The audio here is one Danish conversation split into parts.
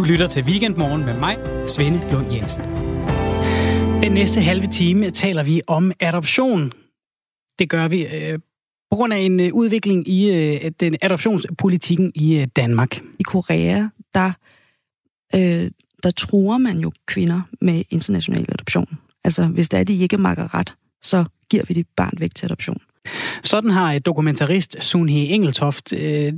lytter til Weekendmorgen med mig, Svende Lund Jensen. Den næste halve time taler vi om adoption. Det gør vi på grund af en udvikling i den adoptionspolitikken i Danmark. I Korea, der truer man jo kvinder med international adoption. Altså, hvis det er, de ikke makker ret, så giver vi dit barn væk til adoption. Sådan har dokumentarist Sun Hee Engeltoft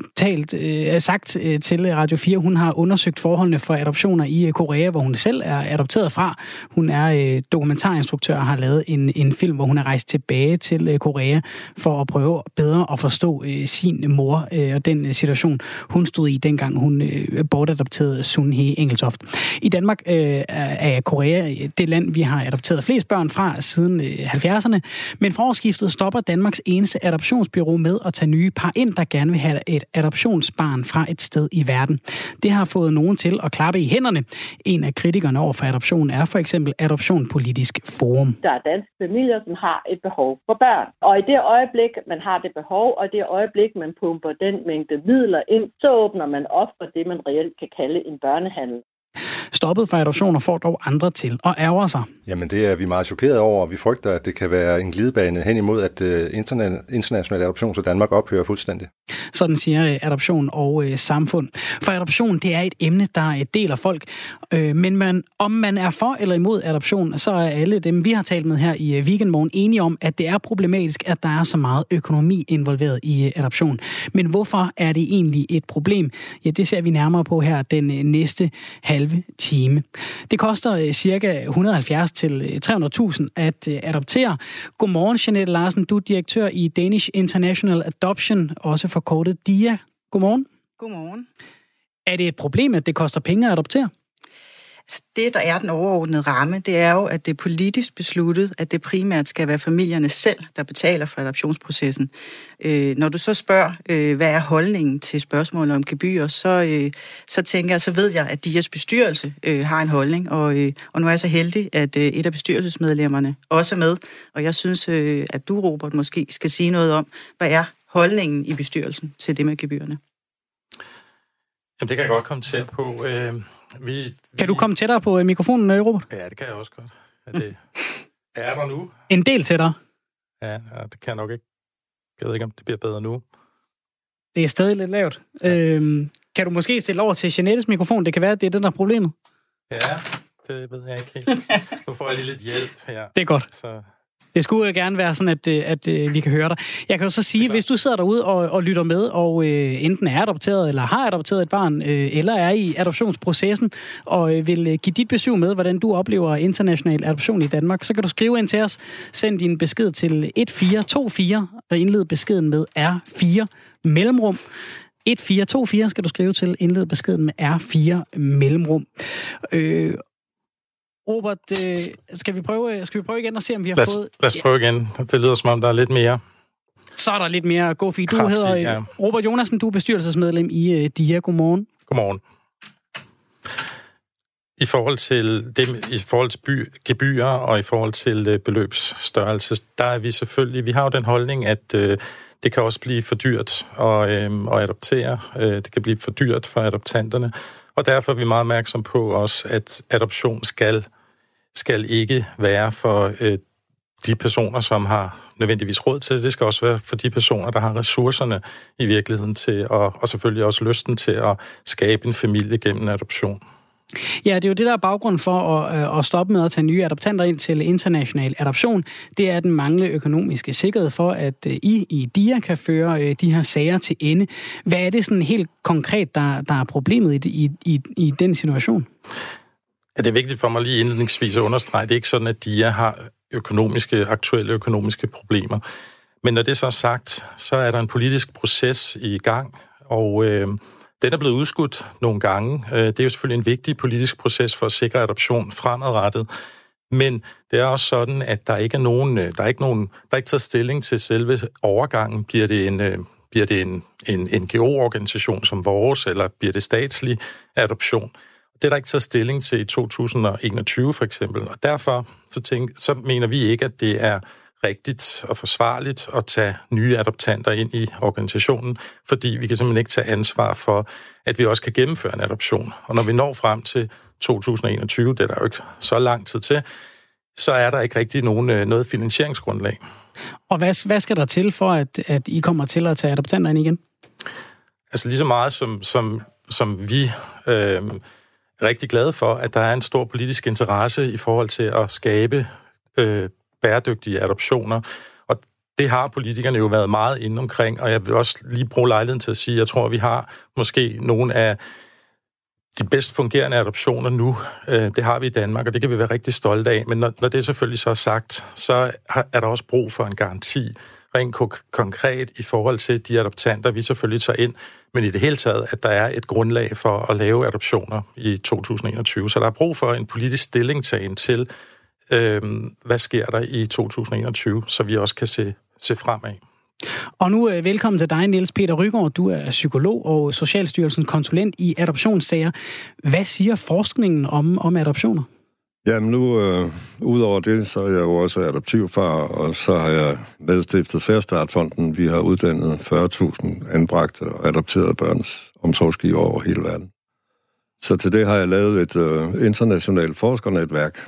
sagt til Radio 4. Hun har undersøgt forholdene for adoptioner i Korea, hvor hun selv er adopteret fra. Hun er dokumentarinstruktør og har lavet en film, hvor hun er rejst tilbage til Korea for at prøve bedre at forstå sin mor og den situation, hun stod i, dengang hun bortadopterede Sun Hee Engeltoft. I Danmark er Korea det land, vi har adopteret flest børn fra siden 70'erne, men fra årsskiftet stopper Danmarks eneste adoptionsbureau med at tage nye par ind, der gerne vil have et adoptionsbarn fra et sted i verden. Det har fået nogen til at klappe i hænderne. En af kritikerne over for adoption er for eksempel Adoption Politisk Forum. Der er danske familier, som har et behov for børn. Og i det øjeblik, man har det behov, og i det øjeblik, man pumper den mængde midler ind, så åbner man op for det, man reelt kan kalde en børnehandel. Stoppet for adoptioner får dog andre til og ærger sig. Jamen det er vi meget chokeret over, og vi frygter, at det kan være en glidebane hen imod, at international adoption til Danmark ophører fuldstændig. Sådan siger Adoption og Samfund. For adoption, det er et emne, der deler folk. Men om man er for eller imod adoption, så er alle dem, vi har talt med her i Weekendmorgen, enige om, at det er problematisk, at der er så meget økonomi involveret i adoption. Men hvorfor er det egentlig et problem? Ja, det ser vi nærmere på her den næste halve time. Det koster ca. 170 til 300.000 at adoptere. Godmorgen, Jeanette Larsen. Du er direktør i Danish International Adoption, også forkortet DIA. Godmorgen. Godmorgen. Er det et problem, at det koster penge at adoptere? Altså det, der er den overordnede ramme, det er jo, at det er politisk besluttet, at det primært skal være familierne selv, der betaler for adoptionsprocessen. Når du så spørger, hvad er holdningen til spørgsmålet om gebyrer, så tænker jeg, så ved jeg, at DIAs bestyrelse har en holdning, og nu er jeg så heldig, at et af bestyrelsesmedlemmerne også er med, og jeg synes, at du, Robert, måske skal sige noget om, hvad er holdningen i bestyrelsen til det med gebyrerne? Jamen, det kan jeg godt komme til på. Kan du komme tættere på mikrofonen, Robert? Ja, det kan jeg også godt. Er der nu? En del tættere. Ja, det kan jeg nok ikke. Jeg ved ikke, om det bliver bedre nu. Det er stadig lidt lavt. Ja. Kan du måske stille over til Jeanettes mikrofon? Det kan være, at det er den, der er problemet. Ja, det ved jeg ikke helt. Nu får jeg lige lidt hjælp her. Det er godt. Så... Det skulle gerne være sådan, at vi kan høre dig. Jeg kan jo så sige, hvis du sidder derude og lytter med, og enten er adopteret, eller har adopteret et barn, eller er i adoptionsprocessen, og vil give dit besøg med, hvordan du oplever international adoption i Danmark, så kan du skrive ind til os. Send din besked til 1424, og indled beskeden med R4 mellemrum. 1424 skal du skrive til, indled beskeden med R4 mellemrum. Robert, skal vi prøve igen og se, om vi har fået... Lad os prøve igen. Det lyder, som om der er lidt mere... Så er der lidt mere go-fi. Du hedder Robert Jonassen, du er bestyrelsesmedlem i DIA. Godmorgen. Godmorgen. I forhold til gebyrer og i forhold til beløbsstørrelse, der er vi selvfølgelig... Vi har jo den holdning, at det kan også blive for dyrt at adoptere. Det kan blive for dyrt for adoptanterne. Og derfor er vi meget opmærksom på også, at adoption skal ikke være for de personer, som har nødvendigvis råd til det. Det skal også være for de personer, der har ressourcerne i virkeligheden til, og selvfølgelig også lysten til at skabe en familie gennem adoption. Ja, det er jo det, der er baggrund for at stoppe med at tage nye adoptanter ind til international adoption. Det er den manglende økonomiske sikkerhed for, at I i DIA kan føre de her sager til ende. Hvad er det sådan helt konkret, der er problemet i den situation? Ja, det er vigtigt for mig lige indledningsvis at understrege. Det er ikke sådan, at DIA har aktuelle økonomiske problemer. Men når det så er sagt, så er der en politisk proces i gang, og den er blevet udskudt nogle gange. Det er jo selvfølgelig en vigtig politisk proces for at sikre adoption fremadrettet. Men det er også sådan, at der er ikke taget stilling til selve overgangen. Bliver det en NGO-organisation som vores, eller bliver det statslig adoption? Det er der ikke taget stilling til i 2021 for eksempel. Og derfor så mener vi ikke, at det er rigtigt og forsvarligt at tage nye adoptanter ind i organisationen, fordi vi kan simpelthen ikke tage ansvar for, at vi også kan gennemføre en adoption. Og når vi når frem til 2021, det er der jo ikke så lang tid til, så er der ikke rigtig noget finansieringsgrundlag. Og hvad skal der til for, at I kommer til at tage adoptanter ind igen? Altså lige så meget som vi er rigtig glade for, at der er en stor politisk interesse i forhold til at skabe bæredygtige adoptioner. Og det har politikerne jo været meget inde omkring, og jeg vil også lige bruge lejligheden til at sige, at jeg tror, at vi har måske nogle af de bedst fungerende adoptioner nu. Det har vi i Danmark, og det kan vi være rigtig stolte af. Men når det selvfølgelig så er sagt, så er der også brug for en garanti, rent konkret i forhold til de adoptanter, vi selvfølgelig tager ind, men i det hele taget, at der er et grundlag for at lave adoptioner i 2021. Så der er brug for en politisk stillingtagen til, hvad sker der i 2021, så vi også kan se fremad. Og nu velkommen til dig, Niels Peter Rygaard. Du er psykolog og Socialstyrelsens konsulent i adoptionssager. Hvad siger forskningen om adoptioner? Jamen nu, udover det, så er jeg jo også adoptivfar, og så har jeg medstiftet Færdestartfonden. Vi har uddannet 40.000 anbragte og adopterede børns omsorgsgivere over hele verden. Så til det har jeg lavet et internationalt forskernetværk.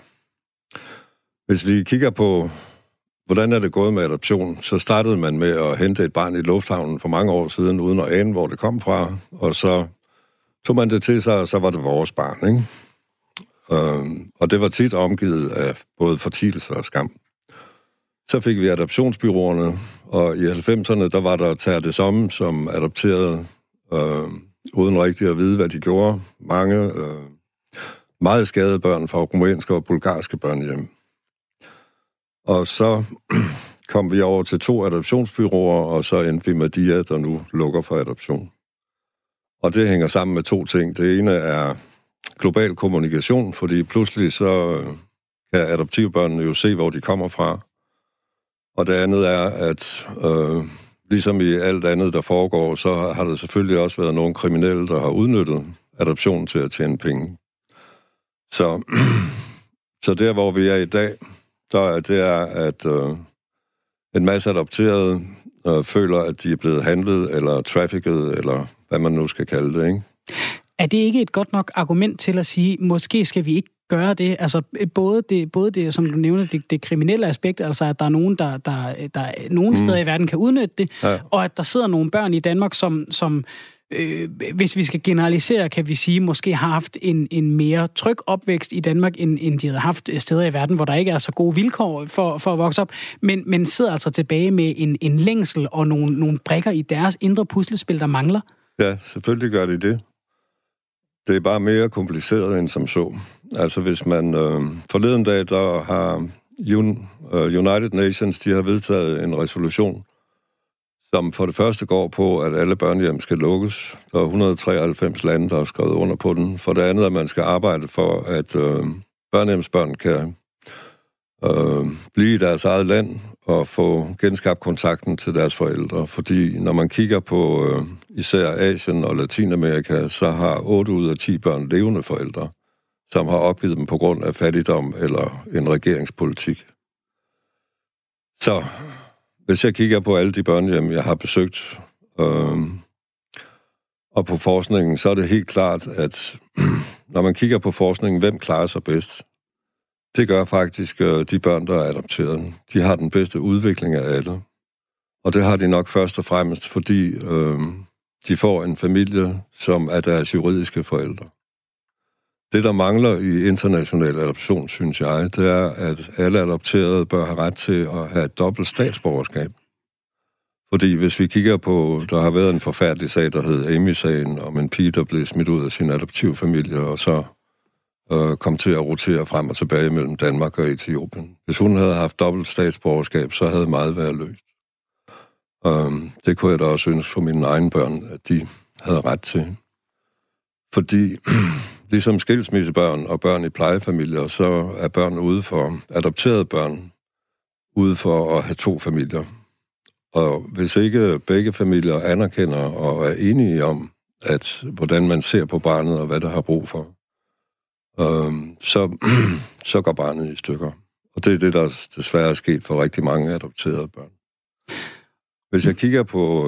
Hvis vi kigger på, hvordan er det gået med adoption, så startede man med at hente et barn i lufthavnen for mange år siden, uden at ane, hvor det kom fra, og så tog man det til sig, og så var det vores barn, ikke? Og det var tit omgivet af både fortielse og skam. Så fik vi adoptionsbyråerne, og i 90'erne, der var der Terre des Hommes, som adopterede, uden rigtig at vide, hvad de gjorde. Mange meget skadede børn fra rumænske og bulgarske børnehjem. Og så kom vi over til 2 adoptionsbyråer, og så endte vi med DIA, der nu lukker for adoption. Og det hænger sammen med 2 ting. Det ene er global kommunikation, fordi pludselig så kan adoptivbørnene jo se, hvor de kommer fra. Og det andet er, at ligesom i alt andet, der foregår, så har der selvfølgelig også været nogle kriminelle, der har udnyttet adoption til at tjene penge. Så der, hvor vi er i dag, det er, at en masse adopterede føler, at de er blevet handlet, eller trafficket, eller hvad man nu skal kalde det, ikke? Er det ikke et godt nok argument til at sige, måske skal vi ikke gøre det? Altså både det som du nævner, det kriminelle aspekt, altså at der er nogen, der nogle steder i verden kan udnytte det, ja. Og at der sidder nogle børn i Danmark, som hvis vi skal generalisere, kan vi sige, måske har haft en mere tryg opvækst i Danmark, end de havde haft steder i verden, hvor der ikke er så gode vilkår for at vokse op, men sidder altså tilbage med en længsel og nogle brikker i deres indre puslespil, der mangler? Ja, selvfølgelig gør de det. Det er bare mere kompliceret end som så. Altså hvis man forleden dag, der har United Nations, de har vedtaget en resolution, som for det første går på, at alle børnehjem skal lukkes. Der er 193 lande, der har skrevet under på den. For det andet, at man skal arbejde for, at børnehjemsbørn kan blive i deres eget land og få genskabt kontakten til deres forældre. Fordi når man kigger på især Asien og Latinamerika, så har 8 ud af 10 børn levende forældre, som har opgivet dem på grund af fattigdom eller en regeringspolitik. Så hvis jeg kigger på alle de børnehjem, jeg har besøgt, og på forskningen, så er det helt klart, at når man kigger på forskningen, hvem klarer sig bedst? Det gør faktisk de børn, der er adopteret. De har den bedste udvikling af alle. Og det har de nok først og fremmest, fordi de får en familie, som er deres juridiske forældre. Det, der mangler i international adoption, synes jeg, det er, at alle adopterede bør have ret til at have et dobbelt statsborgerskab. Fordi hvis vi kigger på, der har været en forfærdelig sag, der hed Amy-sagen, om en pige, der blev smidt ud af sin adoptivfamilie, og så kom til at rotere frem og tilbage mellem Danmark og Etiopien. Hvis hun havde haft dobbelt statsborgerskab, så havde meget været løst. Det kunne jeg da også ønske for mine egne børn, at de havde ret til. Fordi ligesom skilsmissebørn og børn i plejefamilier, så er børn ude for adopterede børn ude for at have 2 familier. Og hvis ikke begge familier anerkender og er enige om, at hvordan man ser på barnet og hvad der har brug for, så går barnet i stykker. Og det er det, der desværre er sket for rigtig mange adopterede børn. Hvis jeg kigger på...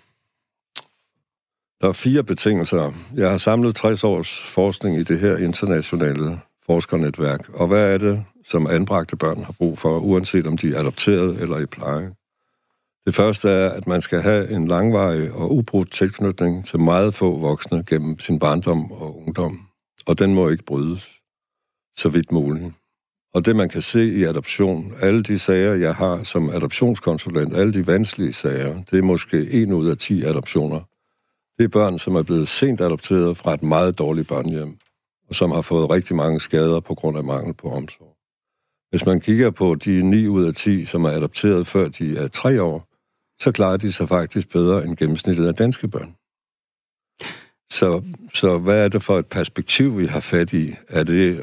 der er 4 betingelser. Jeg har samlet 60 års forskning i det her internationale forskernetværk. Og hvad er det, som anbragte børn har brug for, uanset om de er adopteret eller i pleje? Det første er, at man skal have en langvarig og ubrudt tilknytning til meget få voksne gennem sin barndom og ungdom. Og den må ikke brydes, så vidt muligt. Og det, man kan se i adoption, alle de sager, jeg har som adoptionskonsulent, alle de vanskelige sager, det er måske 1 ud af 10 adoptioner. Det er børn, som er blevet sent adopteret fra et meget dårligt børnehjem, og som har fået rigtig mange skader på grund af mangel på omsorg. Hvis man kigger på de 9 ud af 10, som er adopteret før de er 3 år, så klarer de sig faktisk bedre end gennemsnittet af danske børn. Så hvad er det for et perspektiv, vi har fat i? Er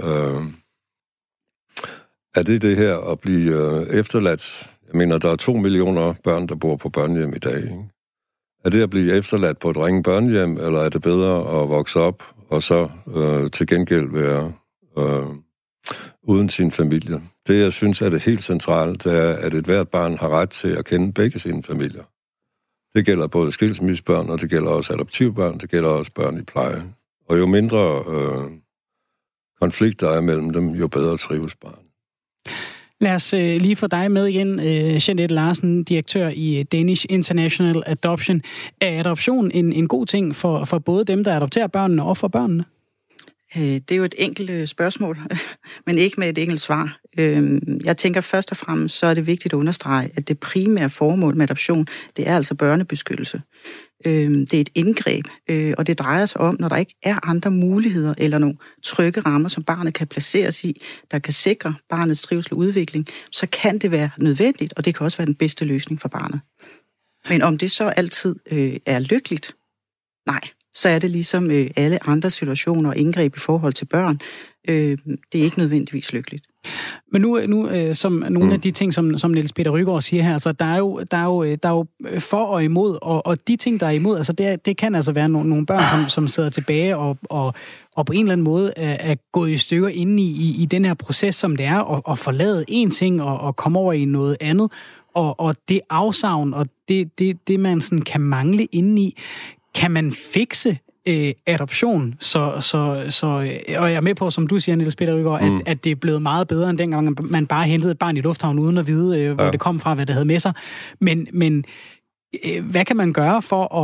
det her at blive efterladt? Jeg mener, der er 2 millioner børn, der bor på børnehjem i dag. Ikke? Er det at blive efterladt på et ringe børnehjem, eller er det bedre at vokse op og så til gengæld være uden sin familie? Det, jeg synes er det helt centrale, det er, at et hvert barn har ret til at kende begge sine familier. Det gælder både skilsmissebørn, og det gælder også adoptivbørn, det gælder også børn i pleje. Og jo mindre konflikter er mellem dem, jo bedre trives barn. Lad os lige få dig med igen, Jeanette Larsen, direktør i Danish International Adoption. Er adoption en god ting for både dem, der adopterer børnene og for børnene? Det er jo et enkelt spørgsmål, men ikke med et enkelt svar. Jeg tænker først og fremmest, så er det vigtigt at understrege, at det primære formål med adoption, det er altså børnebeskyttelse. Det er et indgreb, og det drejer sig om, når der ikke er andre muligheder eller nogle trygge rammer, som barnet kan placeres i, der kan sikre barnets trivsel og udvikling, så kan det være nødvendigt, og det kan også være den bedste løsning for barnet. Men om det så altid er lykkeligt? Nej. Så er det ligesom alle andre situationer og indgreb i forhold til børn. Det er ikke nødvendigvis lykkeligt. Men nu som nogle af de ting, som Niels Peter Rygaard siger her, så der er jo for og imod, og de ting, der er imod, altså det kan altså være nogle børn, som sidder tilbage og på en eller anden måde er gået i stykker inde i den her proces, som det er, at forlade en ting og komme over i noget andet, og det afsavn, og det man sådan kan mangle indeni. Kan man fikse adoption, og jeg er med på, som du siger, Niels Peter Rygaard, at det er blevet meget bedre, end dengang man bare hentede et barn i lufthavnen, uden at vide, hvor det kom fra, hvad det havde med sig. Men hvad kan man gøre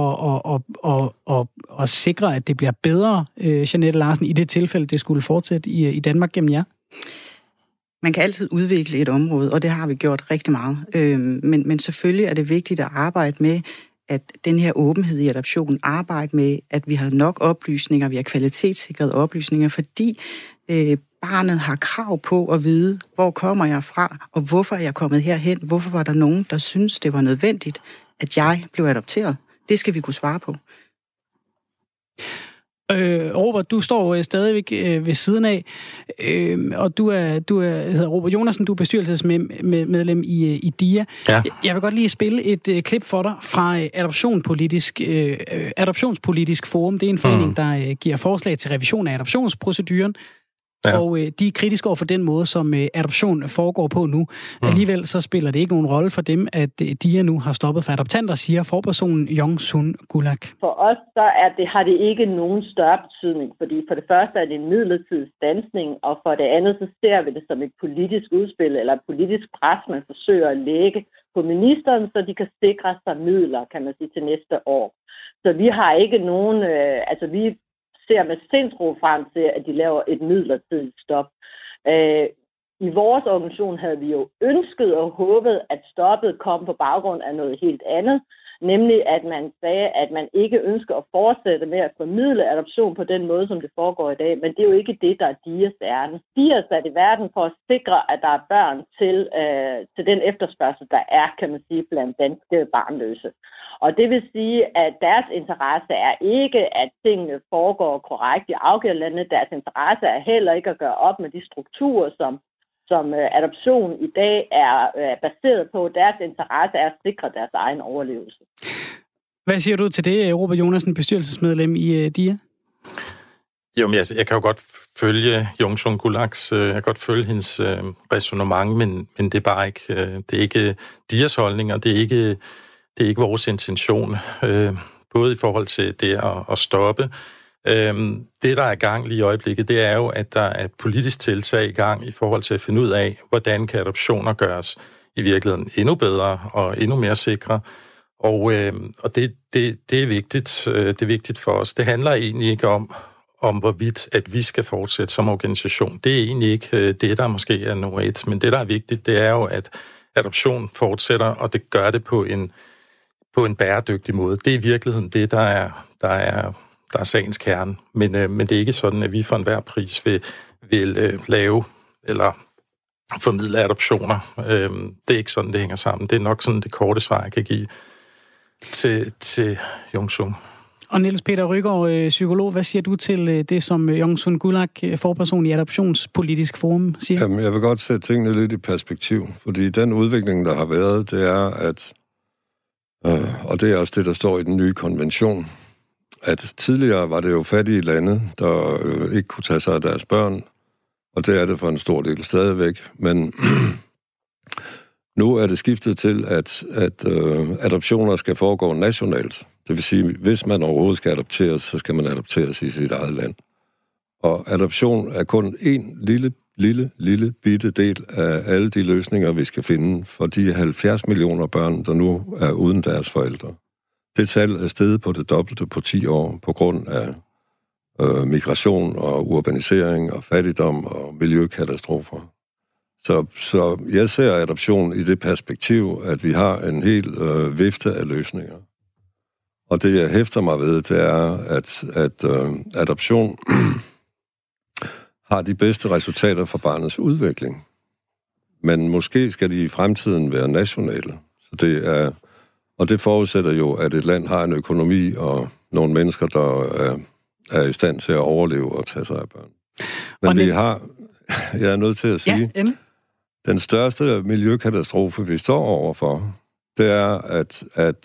for at sikre, at det bliver bedre, Jeanette Larsen, i det tilfælde, det skulle fortsætte i Danmark gennem jer? Man kan altid udvikle et område, og det har vi gjort rigtig meget. Men selvfølgelig er det vigtigt at arbejde med, at den her åbenhed i adoptionen, arbejde med, at vi har nok oplysninger, vi har kvalitetssikrede oplysninger, fordi barnet har krav på at vide, hvor kommer jeg fra, og hvorfor er jeg kommet herhen, hvorfor var der nogen, der synes det var nødvendigt, at jeg blev adopteret. Det skal vi kunne svare på. Robert, du står stadigvæk ved siden af, og du hedder Robert Jonassen, du er bestyrelsesmedlem i DIA. Ja. Jeg vil godt lige spille et klip for dig fra Adoptionspolitisk Forum. Det er en forening, der giver forslag til revision af adoptionsproceduren. Ja. Og de er kritiske over for den måde, som adoption foregår på nu. Alligevel så spiller det ikke nogen rolle for dem, at DIA nu har stoppet for adoptanter, siger forpersonen Jong Sun Gulak. For os så har det ikke nogen større betydning, fordi for det første er det en midlertidig standsning, og for det andet så ser vi det som et politisk udspil eller et politisk pres, man forsøger at lægge på ministeren, så de kan sikre sig midler, kan man sige, til næste år. Så vi har ikke nogen, vi ser med sindsro frem til, at de laver et midlertidigt stop. I vores organisation havde vi jo ønsket og håbet, at stoppet kom på baggrund af noget helt andet, nemlig at man sagde, at man ikke ønsker at fortsætte med at formidle adoption på den måde, som det foregår i dag, men det er jo ikke det, der er DIAs ærne. DIA er sat i verden for at sikre, at der er børn til den efterspørgsel, der er, kan man sige, blandt danske barnløse. Og det vil sige, at deres interesse er ikke, at tingene foregår korrekt i afgiverlandene. Deres interesse er heller ikke at gøre op med de strukturer, som adoption i dag er baseret på. Deres interesse er at sikre deres egen overlevelse. Hvad siger du til det, Robert Jonassen, bestyrelsesmedlem i DIA? Jo, men jeg kan jo godt følge Yong-Sun Gulags, jeg kan godt følge hendes ræsonnement, men det er bare ikke, det er ikke deres holdninger, det er ikke vores intention, både i forhold til det at stoppe. Det, der er i gang lige i øjeblikket, det er jo, at der er et politisk tiltag i gang i forhold til at finde ud af, hvordan kan adoptioner gøres i virkeligheden endnu bedre og endnu mere sikre. Og det er vigtigt. Det er vigtigt for os. Det handler egentlig ikke om hvorvidt, at vi skal fortsætte som organisation. Det er egentlig ikke det, der måske er nummer et. Men det, der er vigtigt, det er jo, at adoption fortsætter, og det gør det på en bæredygtig måde. Det er i virkeligheden det, der er sagens kerne. Men det er ikke sådan, at vi for enhver pris vil lave eller formidle adoptioner. Det er ikke sådan, det hænger sammen. Det er nok sådan det korte svar, jeg kan give til Yong-Sun. Og Niels Peter Rygaard, psykolog, hvad siger du til det, som Yong-Sun Gulag, forperson i Adoptionspolitisk Forum, siger? Jamen, jeg vil godt sætte tingene lidt i perspektiv, fordi den udvikling, der har været, det er, at, og det er også det, der står i den nye konvention, at tidligere var det jo fattige lande, der ikke kunne tage sig af deres børn, og det er det for en stor del stadigvæk, men nu er det skiftet til, at adoptioner skal foregå nationalt. Det vil sige, hvis man overhovedet skal adopteres, så skal man adopteres i sit eget land. Og adoption er kun en lille bitte del af alle de løsninger, vi skal finde for de 70 millioner børn, der nu er uden deres forældre. Det tal er steget på det dobbelte på 10 år på grund af migration og urbanisering og fattigdom og miljøkatastrofer. Så jeg ser adoption i det perspektiv, at vi har en hel vifte af løsninger. Og det, jeg hæfter mig ved, det er, at adoption har de bedste resultater for barnets udvikling. Men måske skal de i fremtiden være nationale. Og det forudsætter jo, at et land har en økonomi og nogle mennesker, der er i stand til at overleve og tage sig af børn. Men jeg er nødt til at sige, den største miljøkatastrofe, vi står overfor, det er, at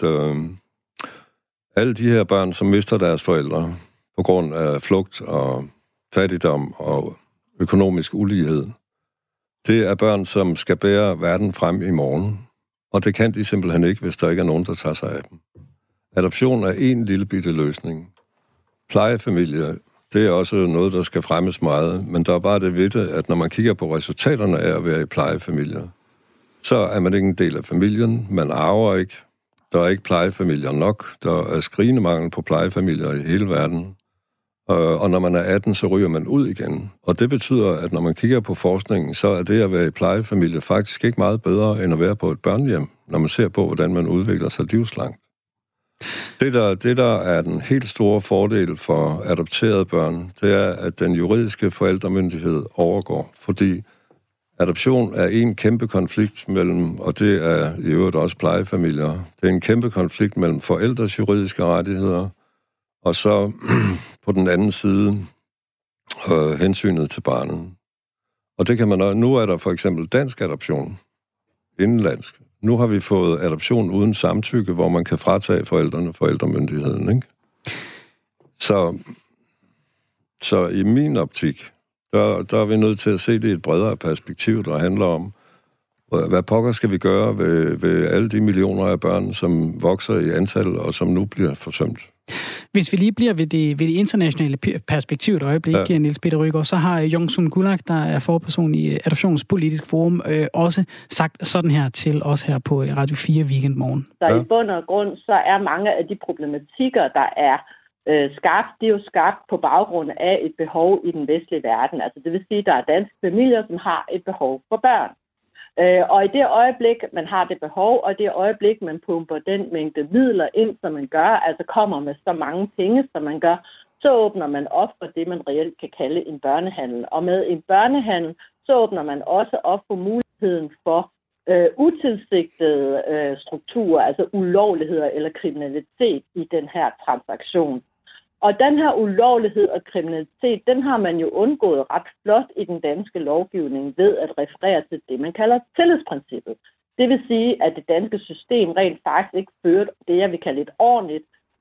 alle de her børn, som mister deres forældre på grund af flugt og fattigdom og økonomisk ulighed, det er børn, som skal bære verden frem i morgen. Og det kan de simpelthen ikke, hvis der ikke er nogen, der tager sig af dem. Adoption er en lille bitte løsning. Plejefamilie, det er også noget, der skal fremmes meget, men der er bare det ved det, at når man kigger på resultaterne af at være i plejefamilier, så er man ikke en del af familien, man arver ikke, der er ikke plejefamilier nok, der er skrigende mangel på plejefamilier i hele verden, og når man er 18, så ryger man ud igen. Og det betyder, at når man kigger på forskningen, så er det at være i plejefamilie faktisk ikke meget bedre, end at være på et børnehjem, når man ser på, hvordan man udvikler sig livslangt. Det, der er den helt store fordel for adopterede børn, det er, at den juridiske forældremyndighed overgår, fordi adoption er en kæmpe konflikt mellem, og det er i øvrigt også plejefamilier, det er en kæmpe konflikt mellem forældres juridiske rettigheder, og så på den anden side hensynet til barnet. Og det kan man nu er der for eksempel dansk adoption, indenlandsk. Nu har vi fået adoption uden samtykke, hvor man kan fratage forældrene forældremyndigheden, ikke? Så i min optik, der er vi nødt til at se det i et bredere perspektiv, der handler om, hvad pokker skal vi gøre ved alle de millioner af børn, som vokser i antal og som nu bliver forsømt. Hvis vi lige bliver ved det internationale perspektiv et øjeblik, ja. Niels Peter Rygaard, så har Yong-Sun Gulag, der er forperson i Adoptionspolitisk Forum, også sagt sådan her til os her på Radio 4 Weekendmorgen. Så i bund og grund, så er mange af de problematikker, der er skabt, det er jo skabt på baggrund af et behov i den vestlige verden. Altså det vil sige, at der er danske familier, som har et behov for børn. Og i det øjeblik, man har det behov, og i det øjeblik, man pumper den mængde midler ind, som man gør, altså kommer med så mange penge, som man gør, så åbner man op for det, man reelt kan kalde en børnehandel. Og med en børnehandel, så åbner man også op for muligheden for utilsigtede strukturer, altså ulovligheder eller kriminalitet i den her transaktion. Og den her ulovlighed og kriminalitet, den har man jo undgået ret flot i den danske lovgivning ved at referere til det, man kalder tillidsprincippet. Det vil sige, at det danske system rent faktisk ikke fører det, jeg vil kalde et ordentligt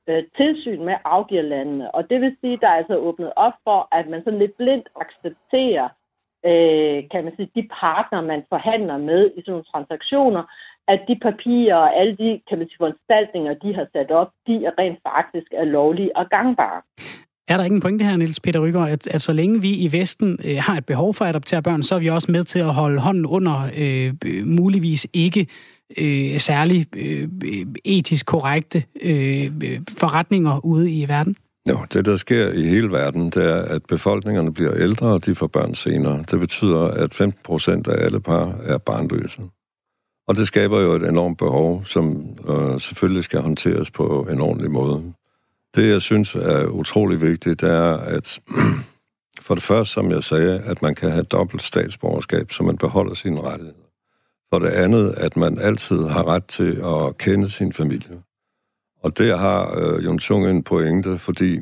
tilsyn med afgiverlandene. Og det vil sige, at der er altså åbnet op for, at man sådan lidt blindt accepterer, kan man sige, de partner, man forhandler med i sådan nogle transaktioner, at de papirer og alle de, kan man sige, foranstaltninger, de har sat op, de er rent faktisk er lovlige og gangbare. Er der ikke en pointe her, Niels Peter Rygaard, at så længe vi i Vesten har et behov for at adoptere børn, så er vi også med til at holde hånden under muligvis ikke særlig etisk korrekte forretninger ude i verden? Jo, det der sker i hele verden, det er, at befolkningerne bliver ældre, og de får børn senere. Det betyder, at 15% af alle par er barnløse. Og det skaber jo et enormt behov, som selvfølgelig skal håndteres på en ordentlig måde. Det, jeg synes er utrolig vigtigt, det er, at for det første, som jeg sagde, at man kan have dobbelt statsborgerskab, så man beholder sine rettigheder. For det andet, at man altid har ret til at kende sin familie. Og der har Jon Sung en pointe, fordi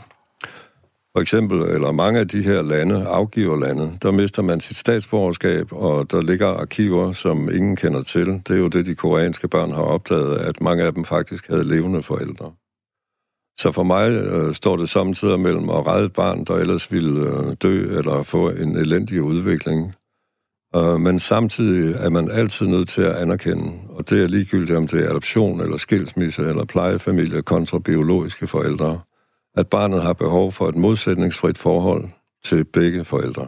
for eksempel, eller mange af de her lande, afgiverlande, der mister man sit statsborgerskab, og der ligger arkiver, som ingen kender til. Det er jo det, de koreanske børn har opdaget, at mange af dem faktisk havde levende forældre. Så for mig står det samtidig mellem at redde et barn, der ellers ville dø eller få en elendig udvikling. Men samtidig er man altid nødt til at anerkende, og det er ligegyldigt, om det er adoption eller skilsmisse eller plejefamilie kontra biologiske forældre, at barnet har behov for et modsætningsfrit forhold til begge forældre.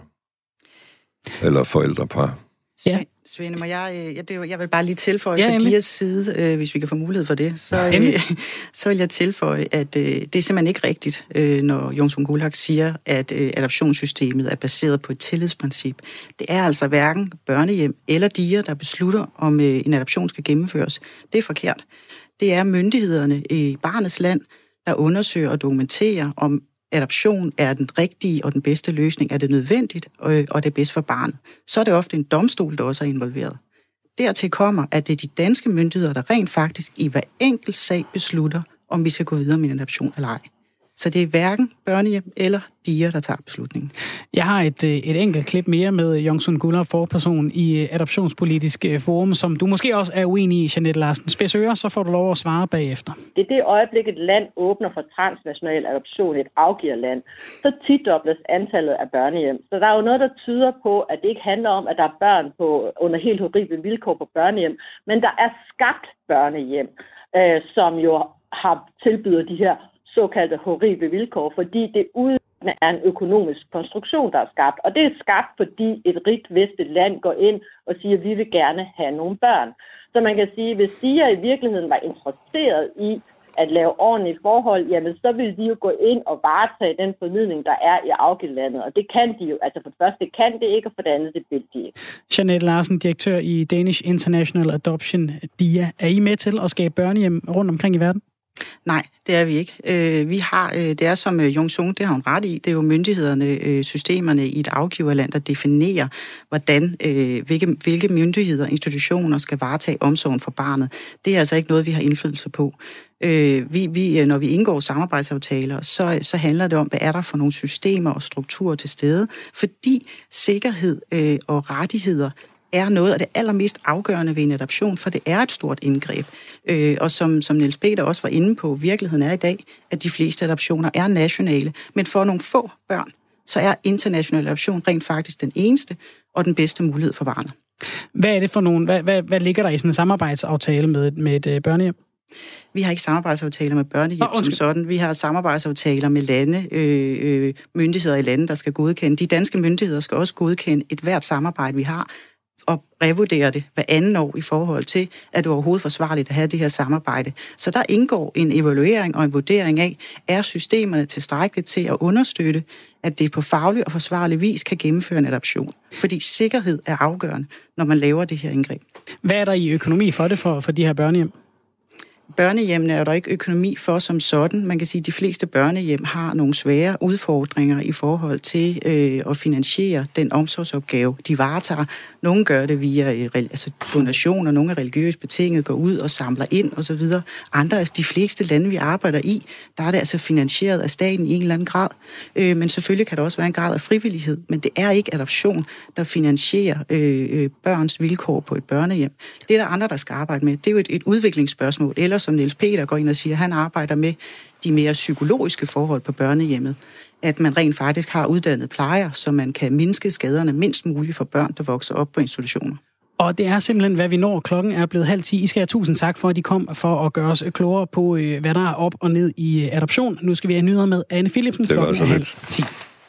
Eller forældrepar. Ja. Svende, må jeg vil bare lige tilføje fra Dias side, hvis vi kan få mulighed for det, så vil jeg tilføje, at det er simpelthen ikke rigtigt, når Jon Sung Gulak siger, at adoptionssystemet er baseret på et tillidsprincip. Det er altså hverken børnehjem eller DIA, der beslutter, om en adoption skal gennemføres. Det er forkert. Det er myndighederne i barnets land, der undersøger og dokumenterer, om adoption er den rigtige og den bedste løsning, er det nødvendigt, og det er bedst for barnet. Så er det ofte en domstol, der også er involveret. Dertil kommer, at det er de danske myndigheder, der rent faktisk i hver enkelt sag beslutter, om vi skal gå videre med en adoption eller ej. Så det er hverken børnehjem eller DIA, der tager beslutningen. Jeg har et enkelt klip mere med Jon Sung Gulak, forperson i Adoptionspolitisk Forum, som du måske også er uenig i, Jeanette Larsen. Spids ører, så får du lov at svare bagefter. Det er det øjeblik, et land åbner for transnational adoption i et afgiverland, så tidobles antallet af børnehjem. Så der er jo noget, der tyder på, at det ikke handler om, at der er børn under helt horrible vilkår på børnehjem, men der er skabt børnehjem, som jo har tilbyder de her såkaldte horrible vilkår, fordi det udelukkende er en økonomisk konstruktion, der er skabt. Og det er skabt, fordi et rigt vestligt land går ind og siger, at vi vil gerne have nogle børn. Så man kan sige, at hvis DIA i virkeligheden var interesseret i at lave ordentlige forhold, jamen så vil de jo gå ind og varetage den formidling, der er i afgiverlandet. Og det kan de jo. Altså for det første, det kan det ikke, og for det andet, det vil de ikke. Jeanette Larsen, direktør i Danish International Adoption, DIA. Er I med til at skabe børnehjem rundt omkring i verden? Nej, det er vi ikke. Det er som Jon Sung, det har hun ret i, det er jo myndighederne, systemerne i et afgiverland, der definerer, hvilke myndigheder, institutioner skal varetage omsorgen for barnet. Det er altså ikke noget, vi har indflydelse på. Når vi indgår samarbejdsaftaler, så handler det om, hvad er der for nogle systemer og strukturer til stede, fordi sikkerhed og rettigheder er noget af det allermest afgørende ved en adoption, for det er et stort indgreb. Og som Niels Peter også var inde på, virkeligheden er i dag, at de fleste adoptioner er nationale, men for nogle få børn, så er international adoption rent faktisk den eneste og den bedste mulighed for barnet. Hvad er det for nogle, hvad ligger der i sådan en samarbejdsaftale med et børnehjem? Vi har ikke samarbejdsaftaler med børnehjem som sådan. Vi har samarbejdsaftaler med lande, myndigheder i lande, der skal godkende. De danske myndigheder skal også godkende et hvert samarbejde, vi har, og revurdere det hver anden år i forhold til, at det er overhovedet forsvarligt at have det her samarbejde. Så der indgår en evaluering og en vurdering af, er systemerne tilstrækkeligt til at understøtte, at det på faglig og forsvarlig vis kan gennemføre en adoption. Fordi sikkerhed er afgørende, når man laver det her indgreb. Hvad er der i økonomi for det for de her børnehjem? Børnehjemmene er der ikke økonomi for som sådan. Man kan sige, at de fleste børnehjem har nogle svære udfordringer i forhold til at finansiere den omsorgsopgave, de varetager. Nogle gør det via donationer, nogle er religiøst betinget, går ud og samler ind osv. Andre, de fleste lande, vi arbejder i, der er det altså finansieret af staten i en eller anden grad. Men selvfølgelig kan der også være en grad af frivillighed, men det er ikke adoption, der finansierer børns vilkår på et børnehjem. Det er der andre, der skal arbejde med. Det er jo et udviklingsspørgsmål, eller som Niels Peter går ind og siger, han arbejder med de mere psykologiske forhold på børnehjemmet. At man rent faktisk har uddannet plejer, så man kan mindske skaderne mindst muligt for børn, der vokser op på institutioner. Og det er simpelthen, hvad vi når. Klokken er blevet 9:30. I skal have tusind tak for, at I kom for at gøre os klogere på, hvad der er op og ned i adoption. Nu skal vi have nyheder med Anne Philipsen. Klokken er 9:30.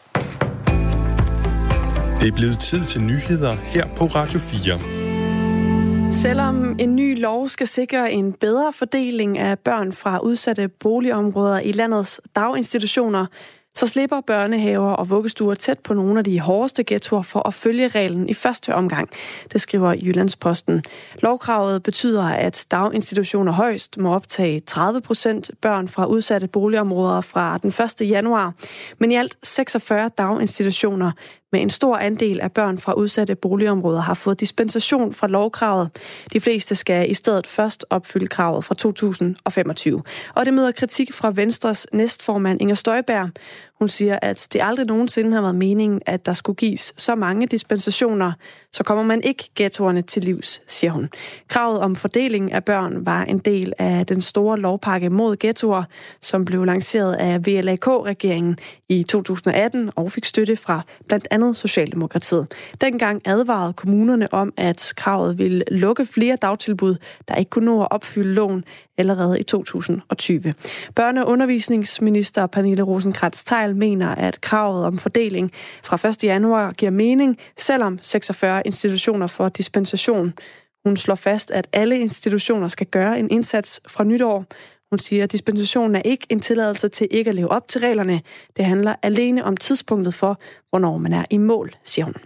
Det er blevet tid til nyheder her på Radio 4. Selvom en ny lov skal sikre en bedre fordeling af børn fra udsatte boligområder i landets daginstitutioner, så slipper børnehaver og vuggestuer tæt på nogle af de hårdeste ghettoer for at følge reglen i første omgang. Det skriver Jyllandsposten. Lovkravet betyder, at daginstitutioner højst må optage 30% børn fra udsatte boligområder fra den 1. januar. Men i alt 46 daginstitutioner med en stor andel af børn fra udsatte boligområder har fået dispensation fra lovkravet. De fleste skal i stedet først opfylde kravet fra 2025. Og det møder kritik fra Venstres næstformand Inger Støjberg. Hun siger, at det aldrig nogensinde har været meningen, at der skulle gives så mange dispensationer, så kommer man ikke ghettoerne til livs, siger hun. Kravet om fordeling af børn var en del af den store lovpakke mod ghettoer, som blev lanceret af VLAK-regeringen i 2018 og fik støtte fra blandt andet Socialdemokratiet. Dengang advarede kommunerne om, at kravet ville lukke flere dagtilbud, der ikke kunne nå at opfylde loven allerede i 2020. Børne- og undervisningsminister Pernille Rosenkrantz-Theil mener, at kravet om fordeling fra 1. januar giver mening, selvom 46 institutioner får dispensation. Hun slår fast, at alle institutioner skal gøre en indsats fra nytår. Hun siger, at dispensationen er ikke en tilladelse til ikke at leve op til reglerne. Det handler alene om tidspunktet for, hvornår man er i mål, siger hun.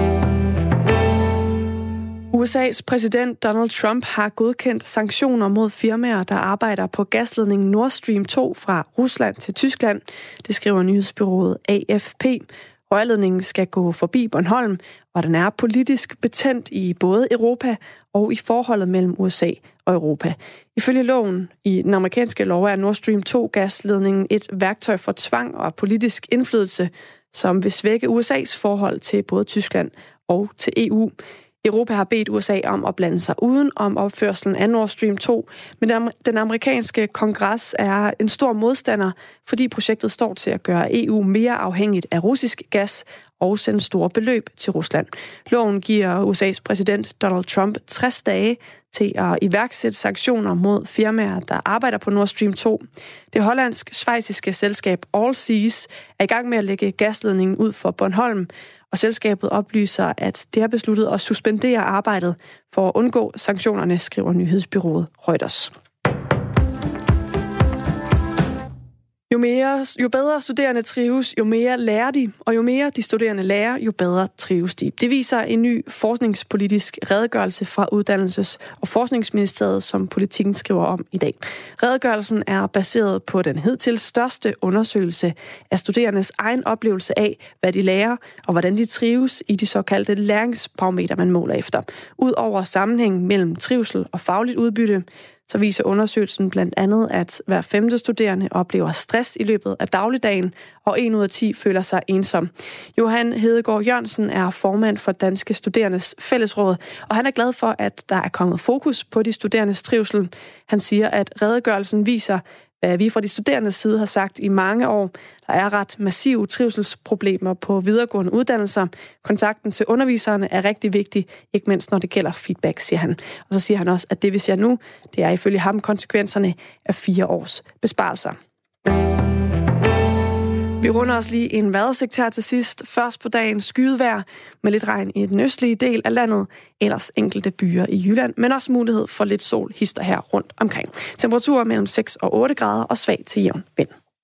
USA's præsident Donald Trump har godkendt sanktioner mod firmaer, der arbejder på gasledningen Nord Stream 2 fra Rusland til Tyskland. Det skriver nyhedsbureauet AFP. Rørledningen skal gå forbi Bornholm, og den er politisk betændt i både Europa og i forholdet mellem USA og Europa. Ifølge loven i den amerikanske lov er Nord Stream 2-gasledningen et værktøj for tvang og politisk indflydelse, som vil svække USA's forhold til både Tyskland og til EU. Europa har bedt USA om at blande sig uden om opførselen af Nord Stream 2, men den amerikanske kongres er en stor modstander, fordi projektet står til at gøre EU mere afhængigt af russisk gas og sende store beløb til Rusland. Loven giver USA's præsident Donald Trump 60 dage til at iværksætte sanktioner mod firmaer, der arbejder på Nord Stream 2. Det hollandsk-schweiziske selskab Allseas er i gang med at lægge gasledningen ud for Bornholm, og selskabet oplyser, at det har besluttet at suspendere arbejdet for at undgå sanktionerne, skriver nyhedsbureauet Reuters. Jo bedre studerende trives, jo mere lærer de, og jo mere de studerende lærer, jo bedre trives de. Det viser en ny forskningspolitisk redegørelse fra Uddannelses- og Forskningsministeriet, som Politikken skriver om i dag. Redegørelsen er baseret på den hidtil største undersøgelse af studerendes egen oplevelse af, hvad de lærer, og hvordan de trives i de såkaldte læringsparametre, man måler efter. Udover sammenhængen mellem trivsel og fagligt udbytte, så viser undersøgelsen blandt andet, at hver 5. studerende oplever stress i løbet af dagligdagen, og 1 ud af 10 føler sig ensom. Johan Hedegaard Jørgensen er formand for Danske Studerendes Fællesråd, og han er glad for, at der er kommet fokus på de studerendes trivsel. Han siger, at redegørelsen viser, hvad vi fra de studerendes side har sagt i mange år. Der er ret massive trivselsproblemer på videregående uddannelser. Kontakten til underviserne er rigtig vigtig, ikke mindst når det gælder feedback, siger han. Og så siger han også, at det vi ser nu, det er ifølge ham konsekvenserne af 4 års besparelser. Vi runder os lige en vejrudsigt her til sidst. Først på dagen skydevejr med lidt regn i den østlige del af landet. Ellers enkelte byer i Jylland, men også mulighed for lidt sol hister her rundt omkring. Temperaturer mellem 6 og 8 grader og svag til jævn vind.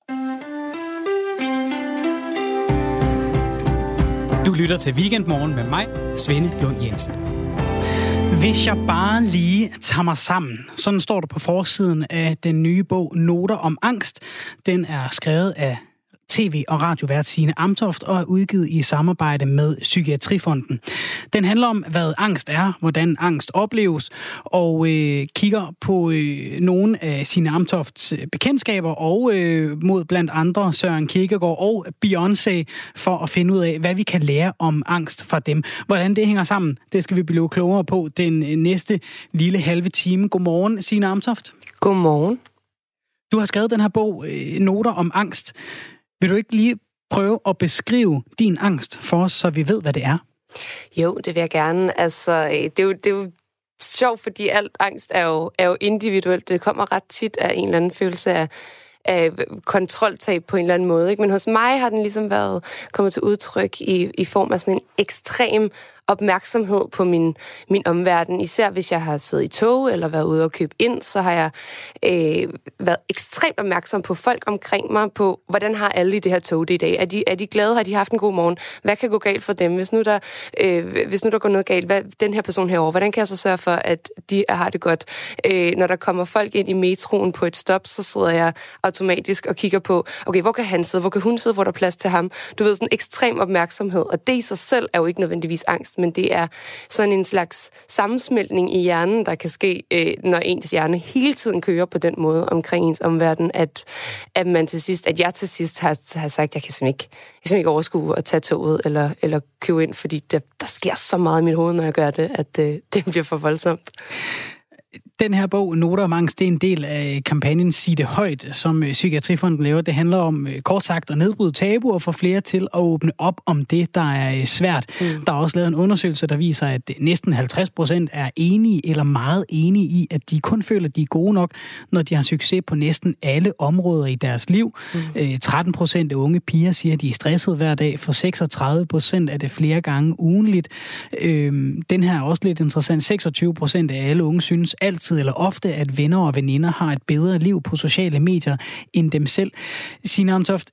Du lytter til Weekendmorgen med mig, Svende Lund Jensen. Hvis jeg bare lige tager mig sammen. Sådan står der på forsiden af den nye bog Noter om angst. Den er skrevet af tv- og radiovært Signe Amtoft og er udgivet i samarbejde med Psykiatrifonden. Den handler om, hvad angst er, hvordan angst opleves, og kigger på nogle af Signe Amtofts bekendtskaber og mod blandt andre Søren Kierkegaard og Beyoncé for at finde ud af, hvad vi kan lære om angst fra dem. Hvordan det hænger sammen, det skal vi blive klogere på den næste lille halve time. Godmorgen, Signe Amtoft. Godmorgen. Du har skrevet den her bog, Noter om angst. Vil du ikke lige prøve at beskrive din angst for os, så vi ved, hvad det er? Jo, det vil jeg gerne. Altså, det er jo sjovt, fordi alt angst er jo individuelt. Det kommer ret tit af en eller anden følelse af kontroltab på en eller anden måde. Ikke? Men hos mig har den ligesom kommet til udtryk i form af sådan en ekstrem opmærksomhed på min omverden. Især hvis jeg har siddet i tog eller været ude og købe ind, så har jeg været ekstremt opmærksom på folk omkring mig, på hvordan har alle i det her tog det i dag. Er de glade? Har de haft en god morgen? Hvad kan gå galt for dem? Hvis nu der går noget galt, den her person herovre, hvordan kan jeg så sørge for, at de har det godt? Når der kommer folk ind i metroen på et stop, så sidder jeg automatisk og kigger på, okay, hvor kan han sidde? Hvor kan hun sidde? Hvor der er plads til ham? Du ved, sådan en ekstrem opmærksomhed. Og det i sig selv er jo ikke nødvendigvis angst, men det er sådan en slags sammensmeltning i hjernen, der kan ske, når ens hjerne hele tiden kører på den måde omkring ens omverden, at jeg til sidst har sagt, at jeg kan simpelthen ikke overskue at tage toget eller købe ind, fordi der sker så meget i mit hoved, når jeg gør det, at det bliver for voldsomt. Den her bog, Noter om angst, det er en del af kampagnen Sig det højt, som Psykiatrifonden laver. Det handler om, kort sagt, at nedbryde tabuer og få flere til at åbne op om det, der er svært. Der er også lavet en undersøgelse, der viser, at næsten 50% er enige eller meget enige i, at de kun føler, at de er gode nok, når de har succes på næsten alle områder i deres liv. 13% af unge piger siger, at de er stresset hver dag. For 36% er det flere gange ugenligt. Den her er også lidt interessant. 26% af alle unge synes altid eller ofte, at venner og veninder har et bedre liv på sociale medier end dem selv. Signe Amtoft,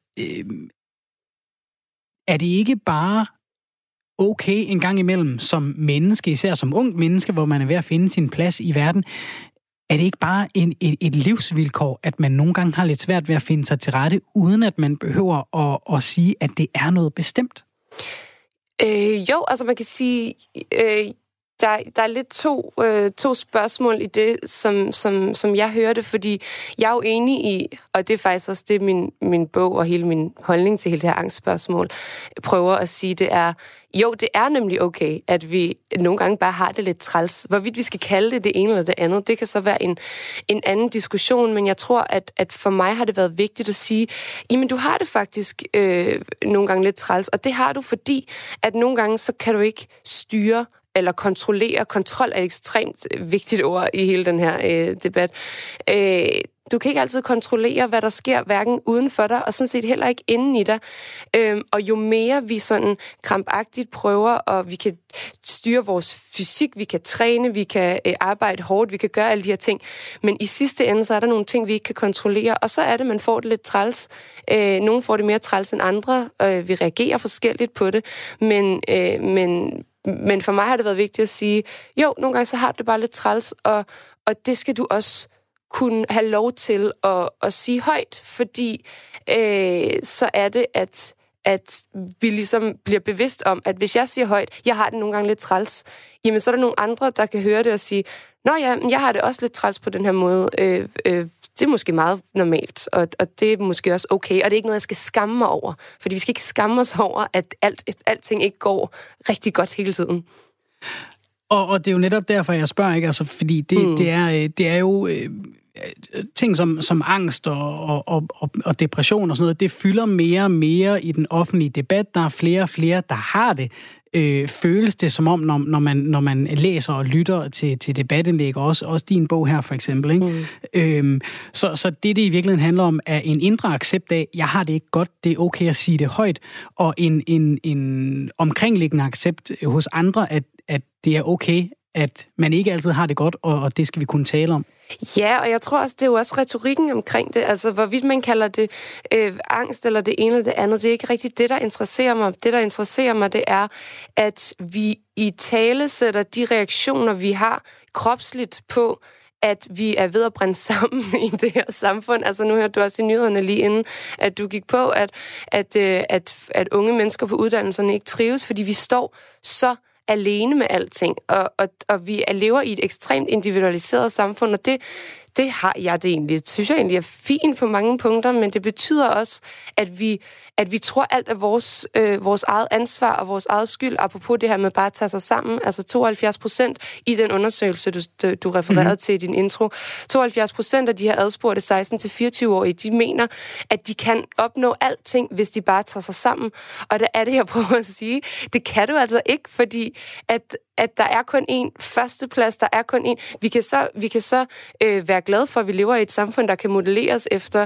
er det ikke bare okay en gang imellem som menneske, især som ungt menneske, hvor man er ved at finde sin plads i verden, er det ikke bare et livsvilkår, at man nogle gange har lidt svært ved at finde sig til rette, uden at man behøver at sige, at det er noget bestemt? Jo, altså man kan sige... Der er lidt to spørgsmål i det, som jeg hørte, fordi jeg er jo enig i, og det er faktisk også det, min bog og hele min holdning til hele det her angstspørgsmål prøver at sige, det er, jo, det er nemlig okay, at vi nogle gange bare har det lidt træls. Hvorvidt vi skal kalde det ene eller det andet, det kan så være en anden diskussion, men jeg tror, at for mig har det været vigtigt at sige, jamen du har det faktisk nogle gange lidt træls, og det har du, fordi at nogle gange så kan du ikke styre eller kontrollere. Kontrol er et ekstremt vigtigt ord i hele den her debat. Du kan ikke altid kontrollere, hvad der sker, hverken uden for dig, og sådan set heller ikke inden i dig. Og jo mere vi sådan krampagtigt prøver, og vi kan styre vores fysik, vi kan træne, vi kan arbejde hårdt, vi kan gøre alle de her ting, men i sidste ende, så er der nogle ting, vi ikke kan kontrollere, og så er det, man får det lidt træls. Nogle får det mere træls end andre, vi reagerer forskelligt på det, men for mig har det været vigtigt at sige, jo, nogle gange så har det bare lidt træls, og det skal du også kunne have lov til at sige højt, fordi så er det, at vi ligesom bliver bevidst om, at hvis jeg siger højt, jeg har det nogle gange lidt træls, jamen så er der nogle andre, der kan høre det og sige, nå ja, jeg har det også lidt træls på den her måde. Det er måske meget normalt, og det er måske også okay, og det er ikke noget, jeg skal skamme mig over. Fordi vi skal ikke skamme os over, at alting ikke går rigtig godt hele tiden. Og det er jo netop derfor, jeg spørger, ikke? Altså, fordi det er jo ting som angst og depression og sådan noget, det fylder mere og mere i den offentlige debat. Der er flere og flere, der har det. Føles det som om, når man læser og lytter til debatindlæg, også din bog her for eksempel, ikke? Så det i virkeligheden handler om, er en indre accept af, jeg har det ikke godt, det er okay at sige det højt, og en omkringliggende accept hos andre, at det er okay, at man ikke altid har det godt, og det skal vi kunne tale om. Ja, og jeg tror også, det er jo også retorikken omkring det. Altså, hvorvidt man kalder det angst eller det ene eller det andet, det er ikke rigtigt det, der interesserer mig. Det, der interesserer mig, det er, at vi i tale sætter de reaktioner, vi har kropsligt på, at vi er ved at brænde sammen i det her samfund. Altså nu hørte du også i nyhederne lige inden, at du gik på, at unge mennesker på uddannelserne ikke trives, fordi vi står så alene med alting, og vi lever i et ekstremt individualiseret samfund, og det har jeg det egentlig. Det synes jeg egentlig er fint på mange punkter, men det betyder også, at vi tror alt er vores eget ansvar og vores eget skyld, apropos det her med bare at tage sig sammen. Altså 72% i den undersøgelse, du refererede til i din intro. 72% af de her adspurgte 16-24-årige, de mener, at de kan opnå alting, hvis de bare tager sig sammen. Og det er det, jeg prøver at sige. Det kan du altså ikke, fordi at der er kun én førsteplads, der er kun én. Vi kan så være glade for, at vi lever i et samfund, der kan modelleres efter,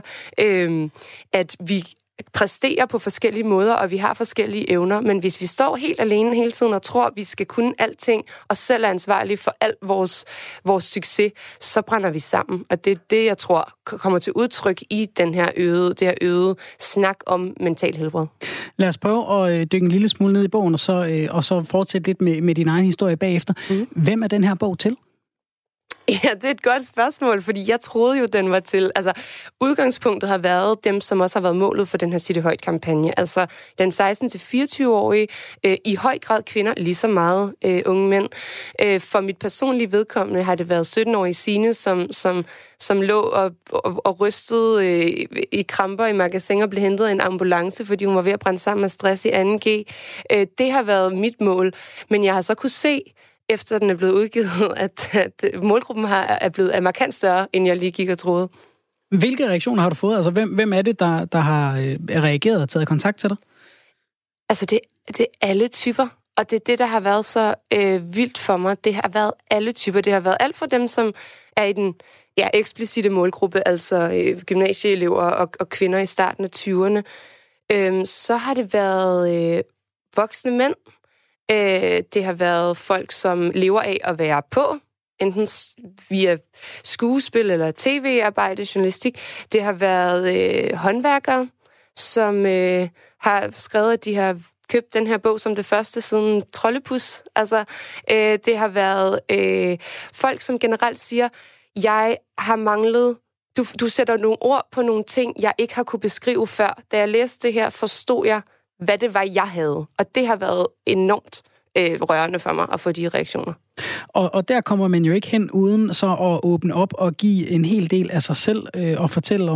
at vi præsterer på forskellige måder, og vi har forskellige evner. Men hvis vi står helt alene hele tiden og tror, at vi skal kunne alting, og selv er ansvarlige for al vores succes, så brænder vi sammen. Og det er det, jeg tror, kommer til udtryk i det her øgede snak om mental helbred. Lad os prøve at dykke en lille smule ned i bogen, og så fortsætte lidt med din egen historie bagefter. Hvem er den her bog til? Ja, det er et godt spørgsmål, fordi jeg troede jo, den var til... Altså, udgangspunktet har været dem, som også har været målet for den her Sig det højt-kampagne. Altså, den 16-24-årige, i høj grad kvinder, lige så meget unge mænd. For mit personlige vedkommende har det været 17-årige Signe, som lå og rystede i kramper i magasin og blev hentet af en ambulance, fordi hun var ved at brænde sammen af stress i 2G. Det har været mit mål, men jeg har så kunne se, efter den er blevet udgivet, at målgruppen er markant større, end jeg lige gik og troede. Hvilke reaktioner har du fået? Altså, hvem er det, der har reageret og taget kontakt til dig? Altså, det er alle typer. Og det er det, der har været så vildt for mig. Det har været alle typer. Det har været alt for dem, som er i den eksplicite målgruppe, altså gymnasieelever og kvinder i starten af 20'erne. Så har det været voksne mænd. Det har været folk, som lever af at være på, enten via skuespil eller tv-arbejde, journalistik. Det har været håndværkere, som har skrevet, at de har købt den her bog som det første siden Troldepus. Altså, det har været folk, som generelt siger, jeg har manglet... Du sætter nogle ord på nogle ting, jeg ikke har kunne beskrive før. Da jeg læste det her, forstod jeg, hvad det var, jeg havde. Og det har været enormt rørende for mig at få de reaktioner. Og der kommer man jo ikke hen uden så at åbne op og give en hel del af sig selv og fortælle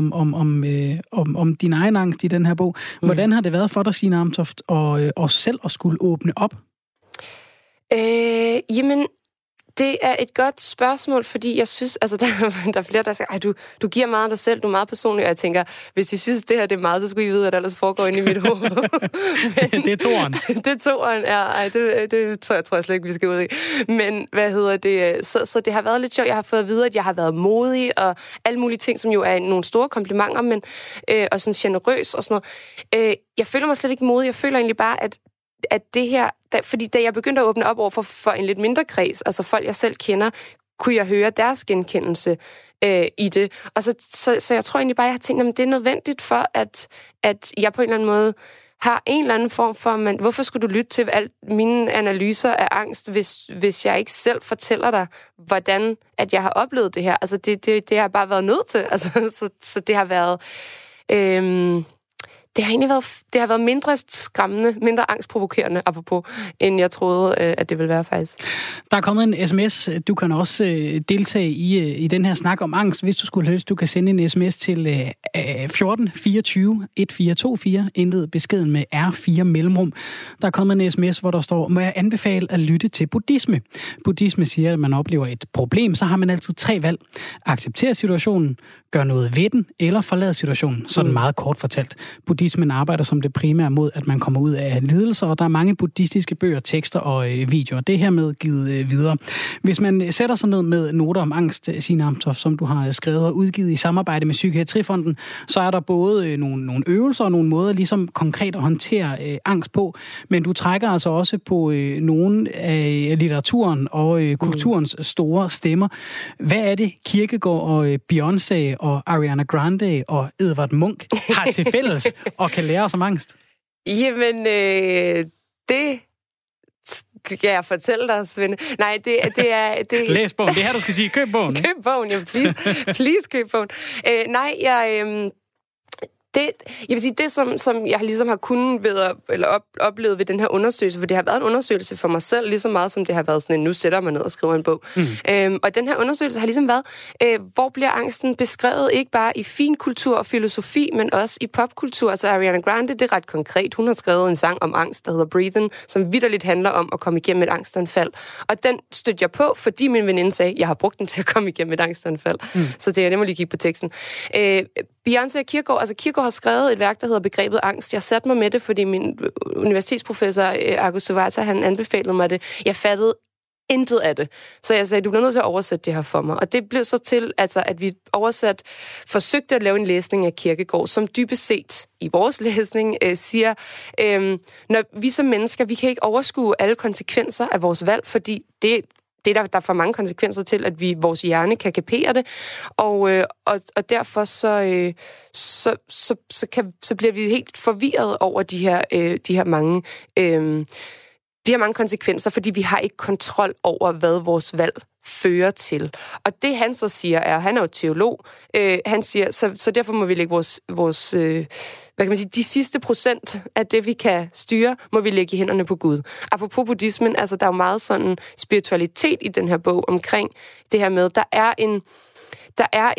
om din egen angst i den her bog. Hvordan har det været for dig, Signe Amtoft, og selv at skulle åbne op? Jamen, det er et godt spørgsmål, fordi jeg synes, altså der er flere, der siger, du giver meget af dig selv, du er meget personlig, og jeg tænker, hvis I synes, det her det er meget, så skulle I vide, at det ellers foregår inde i mit hoved. Men, det er toeren. Det er toeren, ja. Det tror jeg slet ikke, vi skal ud i. Men, så det har været lidt sjovt. Jeg har fået at vide, at jeg har været modig, og alle mulige ting, som jo er nogle store komplimenter, men og sådan generøs og sådan noget. Jeg føler mig slet ikke modig. Jeg føler egentlig bare, at det her... Fordi da jeg begyndte at åbne op over for en lidt mindre kreds, altså folk, jeg selv kender, kunne jeg høre deres genkendelse i det. Og så jeg tror egentlig bare, jeg har tænkt, at det er nødvendigt for, at jeg på en eller anden måde har en eller anden form for, hvorfor skulle du lytte til alt mine analyser af angst, hvis jeg ikke selv fortæller dig, hvordan at jeg har oplevet det her? Altså, det har bare været nødt til. Altså, så det har været... Det har været mindre skræmmende, mindre angstprovokerende, apropos, end jeg troede, at det ville være faktisk. Der er kommet en sms. Du kan også deltage i den her snak om angst. Hvis du skulle lyst, du kan sende en sms til 1424 1424, indled beskeden med R4 mellemrum. Der er kommet en sms, hvor der står, må jeg anbefale at lytte til buddhisme. Buddhisme siger, at man oplever et problem, så har man altid 3 valg. Acceptere situationen, gør noget ved den, eller forlade situationen. Sådan meget kort fortalt. Buddhismen arbejder som det primære mod, at man kommer ud af lidelser, og der er mange buddhistiske bøger, tekster og videoer. Det her med givet videre. Hvis man sætter sig ned med noter om angst, Signe Amtoft, som du har skrevet og udgivet i samarbejde med Psykiatrifonden, så er der både nogle øvelser og nogle måder ligesom konkret at håndtere angst på, men du trækker altså også på nogle af litteraturen og kulturens store stemmer. Hvad er det Kierkegaard og Beyoncé og Ariana Grande og Edvard Munch har til fælles og kan lære os om angst? Jamen, jeg fortælle dig, Svende? Nej, det er... Læs bogen. Det er her, du skal sige. Køb bogen. Køb bogen, ja, please. Please køb bogen. Nej, jeg vil sige, det som jeg ligesom har kunnet oplevet ved den her undersøgelse, for det har været en undersøgelse for mig selv, lige så meget som det har været sådan en, nu sætter man ned og skriver en bog. Og den her undersøgelse har ligesom været, hvor bliver angsten beskrevet ikke bare i fin kultur og filosofi, men også i popkultur. Altså Ariana Grande, det er ret konkret. Hun har skrevet en sang om angst, der hedder Breathin', som vitterligt handler om at komme igennem et angstanfald. Og den stødte jeg på, fordi min veninde sagde, jeg har brugt den til at komme igennem et angstanfald. Så det er nemlig lige kigge på teksten. Beyoncé og Kierkegaard, altså Kierkegaard har skrevet et værk, der hedder Begrebet angst. Jeg satte mig med det, fordi min universitetsprofessor, Agus Sovata, han anbefalede mig det. Jeg fattede intet af det. Så jeg sagde, du bliver nødt til at oversætte det her for mig. Og det blev så til, altså, at vi forsøgte at lave en læsning af Kierkegaard, som dybest set i vores læsning siger, når vi som mennesker, vi kan ikke overskue alle konsekvenser af vores valg, fordi det er der for mange konsekvenser til, at vores hjerne kan kapere det, og derfor så bliver vi helt forvirret over de her mange konsekvenser, fordi vi har ikke kontrol over, hvad vores valg fører til. Og det han så siger han er jo teolog, han siger, så derfor må vi lægge vores hvad kan man sige, de sidste procent af det, vi kan styre, må vi lægge i hænderne på Gud. Apropos buddhismen, altså der er jo meget sådan spiritualitet i den her bog omkring det her med, der er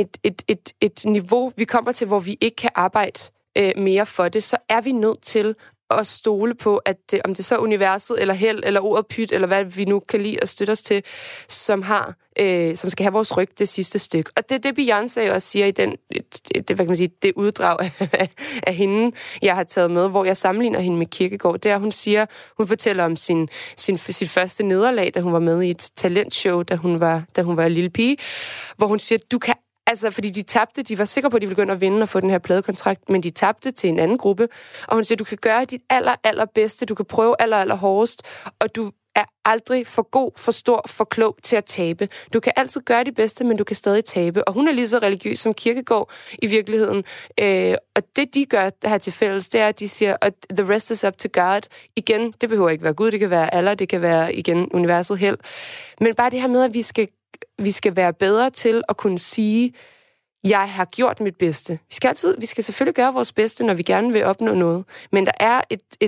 et niveau, vi kommer til, hvor vi ikke kan arbejde mere for det, så er vi nødt til at stole på, at om det så er universet, eller held, eller ordet pyt, eller hvad vi nu kan lide at støtte os til, som skal have vores ryg det sidste stykke. Og det er det, Beyoncé også siger i hvad kan man sige, det uddrag af hende, jeg har taget med, hvor jeg sammenligner hende med Kierkegaard. Det er, hun fortæller om sit første nederlag, da hun var med i et talentshow, da hun var en lille pige, hvor hun siger, du kan fordi de tabte, de var sikre på, at de ville gå ind og vinde og få den her pladekontrakt, men de tabte til en anden gruppe, og hun siger, du kan gøre dit allerbedste, du kan prøve hårdest, og du er aldrig for god, for stor, for klog til at tabe. Du kan altid gøre dit bedste, men du kan stadig tabe. Og hun er lige så religiøs som Kierkegaard i virkeligheden. Og det, de gør her til fælles, det er, at de siger, at the rest is up to God. Igen, det behøver ikke være Gud, det kan være Allah, det kan være, igen, universet held. Men bare det her med, at vi skal være bedre til at kunne sige, jeg har gjort mit bedste. Vi skal selvfølgelig gøre vores bedste, når vi gerne vil opnå noget. Men der er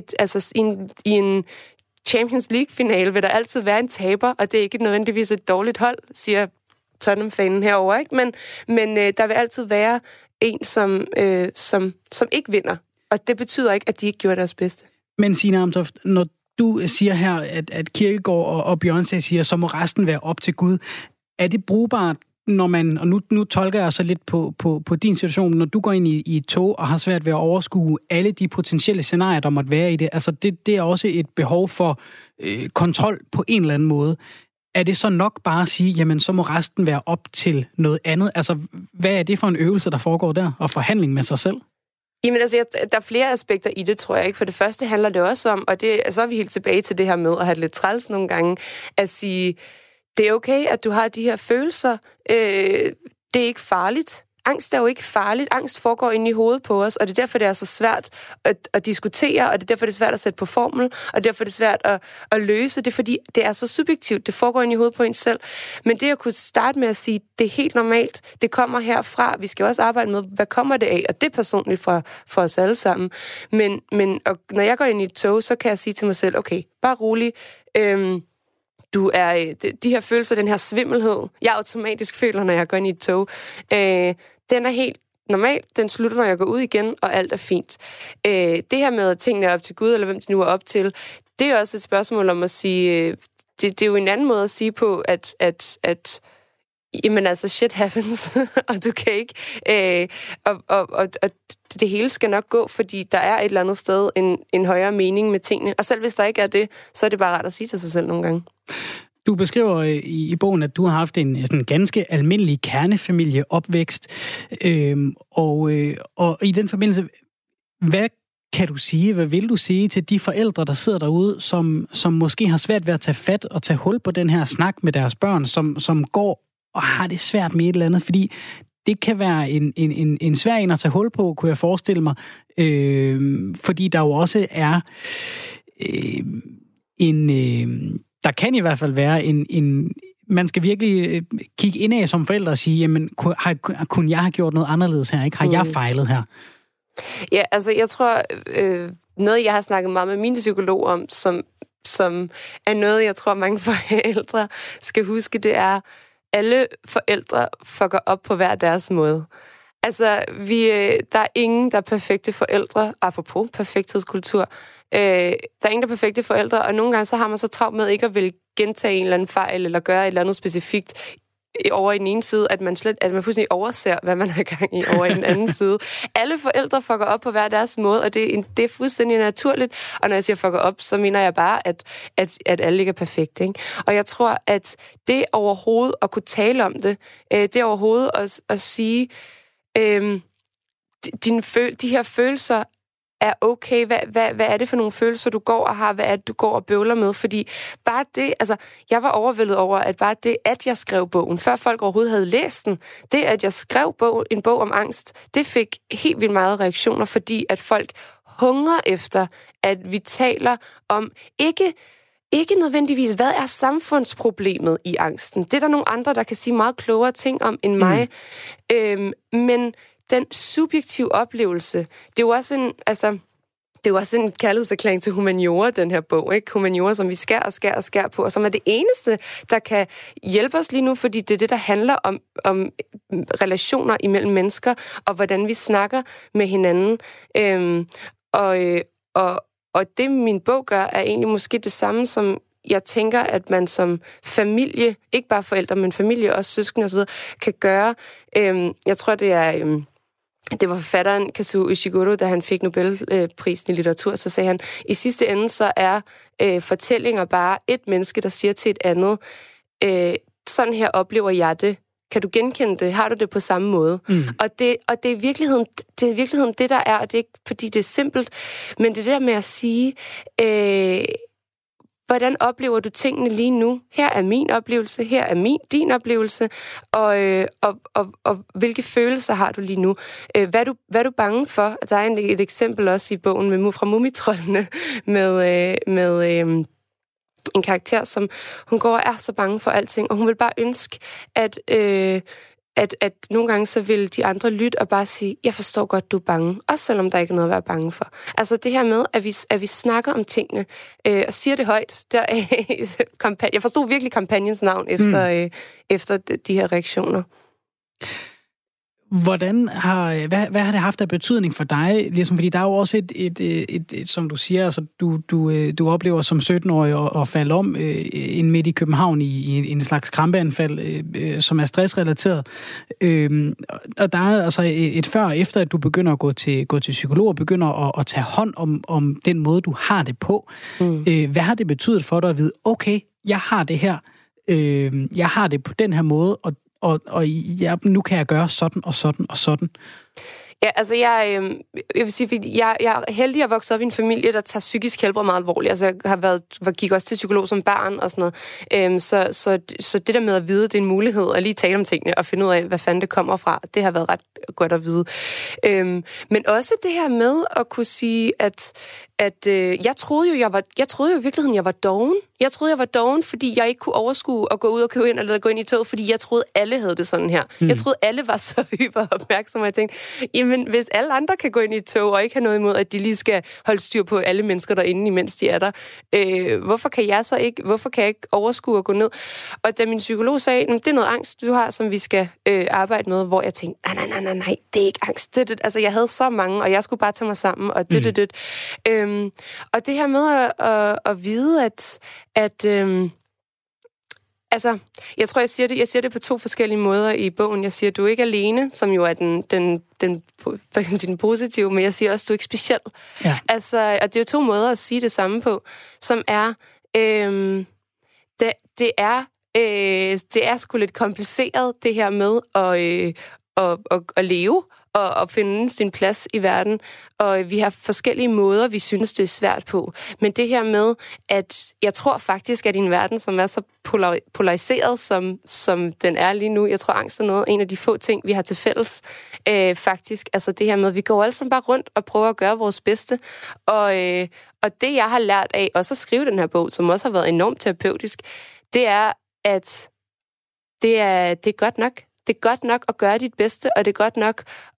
i en Champions League-finale vil der altid være en taber, og det er ikke nødvendigvis et dårligt hold, siger Tottenham-fanen herovre, ikke? Men der vil altid være en, som ikke vinder. Og det betyder ikke, at de ikke gjorde deres bedste. Men Signe Amtoft, når du siger her, at Kierkegaard og Beyoncé siger, så må resten være op til Gud. Er det brugbart, når man, og nu tolker jeg så lidt på din situation, når du går ind i et tog og har svært ved at overskue alle de potentielle scenarier, der måtte være i det, altså det er også et behov for kontrol på en eller anden måde. Er det så nok bare at sige, jamen så må resten være op til noget andet? Altså, hvad er det for en øvelse, der foregår der, og forhandling med sig selv? Jamen altså, der er flere aspekter i det, tror jeg ikke. For det første handler det også om, og så er vi helt tilbage til det her med at have lidt træls nogle gange, at sige, det er okay, at du har de her følelser. Det er ikke farligt. Angst er jo ikke farligt. Angst foregår inde i hovedet på os, og det er derfor, det er så svært at diskutere, og det er derfor, det er svært at sætte på formel, og derfor det er svært at løse. Det er fordi, det er så subjektivt. Det foregår inde i hovedet på en selv. Men det at kunne starte med at sige, det er helt normalt. Det kommer herfra. Vi skal også arbejde med, hvad kommer det af? Og det er personligt for os alle sammen. Men når jeg går ind i et tog, så kan jeg sige til mig selv, okay, bare rolig. Du er de her følelser, den her svimmelhed, jeg automatisk føler, når jeg går ind i et tog, den er helt normal. Den slutter, når jeg går ud igen, og alt er fint. Det her med, at tingene er op til Gud, eller hvem de nu er op til, det er også et spørgsmål om at sige, det er jo en anden måde at sige på, at jamen altså, shit happens, og du kan ikke, og det hele skal nok gå, fordi der er et eller andet sted en højere mening med tingene. Og selv hvis der ikke er det, så er det bare ret at sige til sig selv nogle gange. Du beskriver i bogen, at du har haft en sådan ganske almindelig kernefamilieopvækst, og i den forbindelse, hvad kan du sige, hvad vil du sige til de forældre, der sidder derude, som måske har svært ved at tage fat og tage hul på den her snak med deres børn, som går og har det svært med et eller andet, fordi det kan være en svær en at tage hul på, kunne jeg forestille mig, fordi der jo også er der kan i hvert fald være en man skal virkelig kigge indad som forældre og sige, jamen, kunne jeg have gjort noget anderledes her, ikke? Har jeg fejlet her? Ja, altså jeg tror, noget jeg har snakket meget med min psykolog om, som er noget, jeg tror mange forældre skal huske, det er, alle forældre fucker op på hver deres måde. Altså, der er ingen, der er perfekte forældre, apropos perfekthedskultur. Der er ingen, der er perfekte forældre, og nogle gange så har man så travlt med ikke at ville gentage en eller anden fejl, eller gøre et eller andet specifikt over i den ene side, at man fuldstændig overser, hvad man har gang i over i den anden side. Alle forældre fucker op på hver deres måde, og det er fuldstændig naturligt. Og når jeg siger fucker op, så mener jeg bare, at alle ikke er perfekte. Ikke? Og jeg tror, at det overhovedet at kunne tale om det, det er overhovedet at sige, de her følelser er okay. Hvad er det for nogle følelser, du går og har? Hvad er det, du går og bøvler med? Fordi bare det, altså, jeg var overvældet over, at bare det, at jeg skrev bogen, før folk overhovedet havde læst den, det, at jeg skrev en bog om angst, det fik helt vildt meget reaktioner, fordi at folk hungrer efter, at vi taler om ikke nødvendigvis, hvad er samfundsproblemet i angsten? Det er der nogle andre, der kan sige meget klogere ting om end mig. Men den subjektive oplevelse, det er jo også en kærlighedserklæring til humaniora, den her bog, ikke? Humaniora, som vi skær på, og som er det eneste, der kan hjælpe os lige nu, fordi det er det, der handler om relationer imellem mennesker, og hvordan vi snakker med hinanden. Og det, min bog gør, er egentlig måske det samme, som jeg tænker, at man som familie, ikke bare forældre, men familie, også søskende osv., kan gøre. Jeg tror, det var forfatteren Kazuo Ishiguro, da han fik Nobelprisen i litteratur, så sagde han, i sidste ende så er fortællinger bare et menneske, der siger til et andet, sådan her oplever jeg det. Kan du genkende det? Har du det på samme måde? Og det er i virkeligheden det, der er, og det er ikke, fordi det er simpelt, men det der med at sige, hvordan oplever du tingene lige nu? Her er min oplevelse, her er din oplevelse, og hvilke følelser har du lige nu? Hvad er du bange for? Der er et eksempel også i bogen fra Mumitroldene med en karakter, som hun går og er så bange for alting, og hun vil bare ønske, at nogle gange så vil de andre lytte og bare sige, jeg forstår godt, du er bange, også selvom der ikke er noget at være bange for. Altså det her med, at vi snakker om tingene, og siger det højt. Jeg forstod virkelig kampagnens navn efter de her reaktioner. Hvad har det haft af betydning for dig? Ligesom, fordi der er jo også et som du siger, altså, du oplever som 17-årig at falde om ind midt i København i en slags krampeanfald, som er stressrelateret. Og der er altså et før og efter, at du begynder at gå til psykolog og begynder at tage hånd om den måde, du har det på. Hvad har det betydet for dig at vide, okay, jeg har det her, jeg har det på den her måde, og nu kan jeg gøre sådan og sådan og sådan. Ja, altså jeg vil sige, jeg er heldig at vokse op i en familie, der tager psykisk helbred meget alvorligt. Altså jeg gik også til psykolog som barn og sådan noget. Så det der med at vide, det er en mulighed at lige tale om tingene og finde ud af, hvad fanden det kommer fra, det har været ret godt at vide. Men også det her med at kunne sige, at jeg troede jo i virkeligheden, jeg var doven. Jeg troede, jeg var doven, fordi jeg ikke kunne overskue at gå ud og købe ind, eller gå ind i toget, fordi jeg troede, alle havde det sådan her. Jeg troede, alle var så hyper opmærksomme, og jeg tænkte, jamen, hvis alle andre kan gå ind i et tog, og ikke have noget imod, at de lige skal holde styr på alle mennesker derinde, imens de er der, hvorfor kan jeg ikke overskue at gå ned? Og da min psykolog sagde, det er noget angst, du har, som vi skal arbejde med, hvor jeg tænkte, nej, det er ikke angst. Det. Altså, jeg havde så mange, og jeg skulle bare tage mig sammen, og det. Og det her med at vide, altså, jeg tror, jeg siger det på 2 forskellige måder i bogen. Jeg siger, du er ikke alene, som jo er den positive, men jeg siger også, du er ikke speciel. Ja. Altså, og det er jo 2 måder at sige det samme på, som er, det er sgu lidt kompliceret, det her med at leve, at finde sin plads i verden, og vi har forskellige måder, vi synes, det er svært på. Men det her med, at jeg tror faktisk, at i en verden, som er så polariseret, som den er lige nu, jeg tror, angst er en af de få ting, vi har til fælles, faktisk. Altså det her med, at vi går alle sammen bare rundt og prøver at gøre vores bedste. Og det, jeg har lært af også at skrive den her bog, som også har været enormt terapeutisk, det er, at det er godt nok. Det er godt nok at gøre dit bedste, og det er godt nok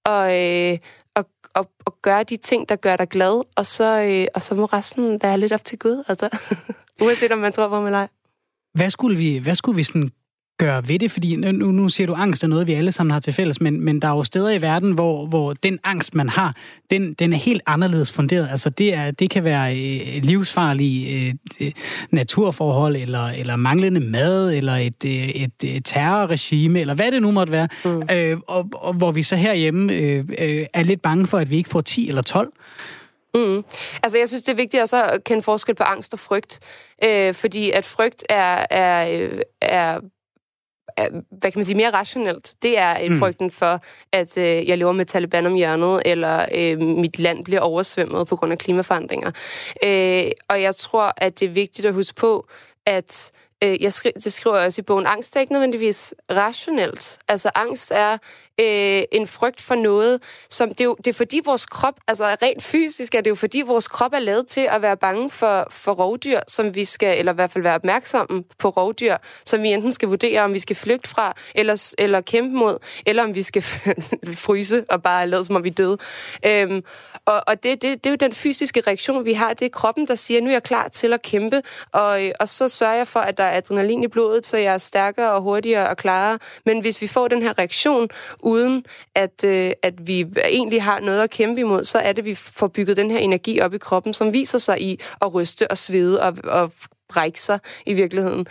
at gøre de ting, der gør dig glad, og så må resten være lidt op til Gud, altså. Uanset om man tror på mig eller ej. Hvad skulle vi sådan gøre ved det? Fordi nu siger du, angst er noget, vi alle sammen har til fælles, men der er jo steder i verden, hvor den angst, man har, den er helt anderledes funderet. Altså det kan være livsfarlige naturforhold, eller manglende mad, eller et terrorregime, eller hvad det nu måtte være. Og hvor vi så herhjemme er lidt bange for, at vi ikke får 10 eller 12. Altså, jeg synes, det er vigtigt også at kende forskel på angst og frygt. Fordi at frygt er hvad kan man sige, mere rationelt. Det er frygten for, at jeg lever med Taliban om hjørnet, eller mit land bliver oversvømmet på grund af klimaforandringer. Og jeg tror, at det er vigtigt at huske på, at det skriver jeg også i bogen, angst er ikke nødvendigvis rationelt. Altså angst er en frygt for noget, som det er fordi vores krop, altså rent fysisk er det jo fordi vores krop er lavet til at være bange for rovdyr, som vi skal, eller i hvert fald være opmærksomme på rovdyr, som vi enten skal vurdere, om vi skal flygte fra, eller kæmpe mod, eller om vi skal fryse og bare lade som om vi er døde. Og det er jo den fysiske reaktion, vi har. Det er kroppen, der siger, nu er jeg klar til at kæmpe, og så sørger jeg for, at der er adrenalin i blodet, så jeg er stærkere og hurtigere og klarere. Men hvis vi får den her reaktion, uden at vi egentlig har noget at kæmpe imod, så er det, vi får bygget den her energi op i kroppen, som viser sig i at ryste og svede og brække sig i virkeligheden.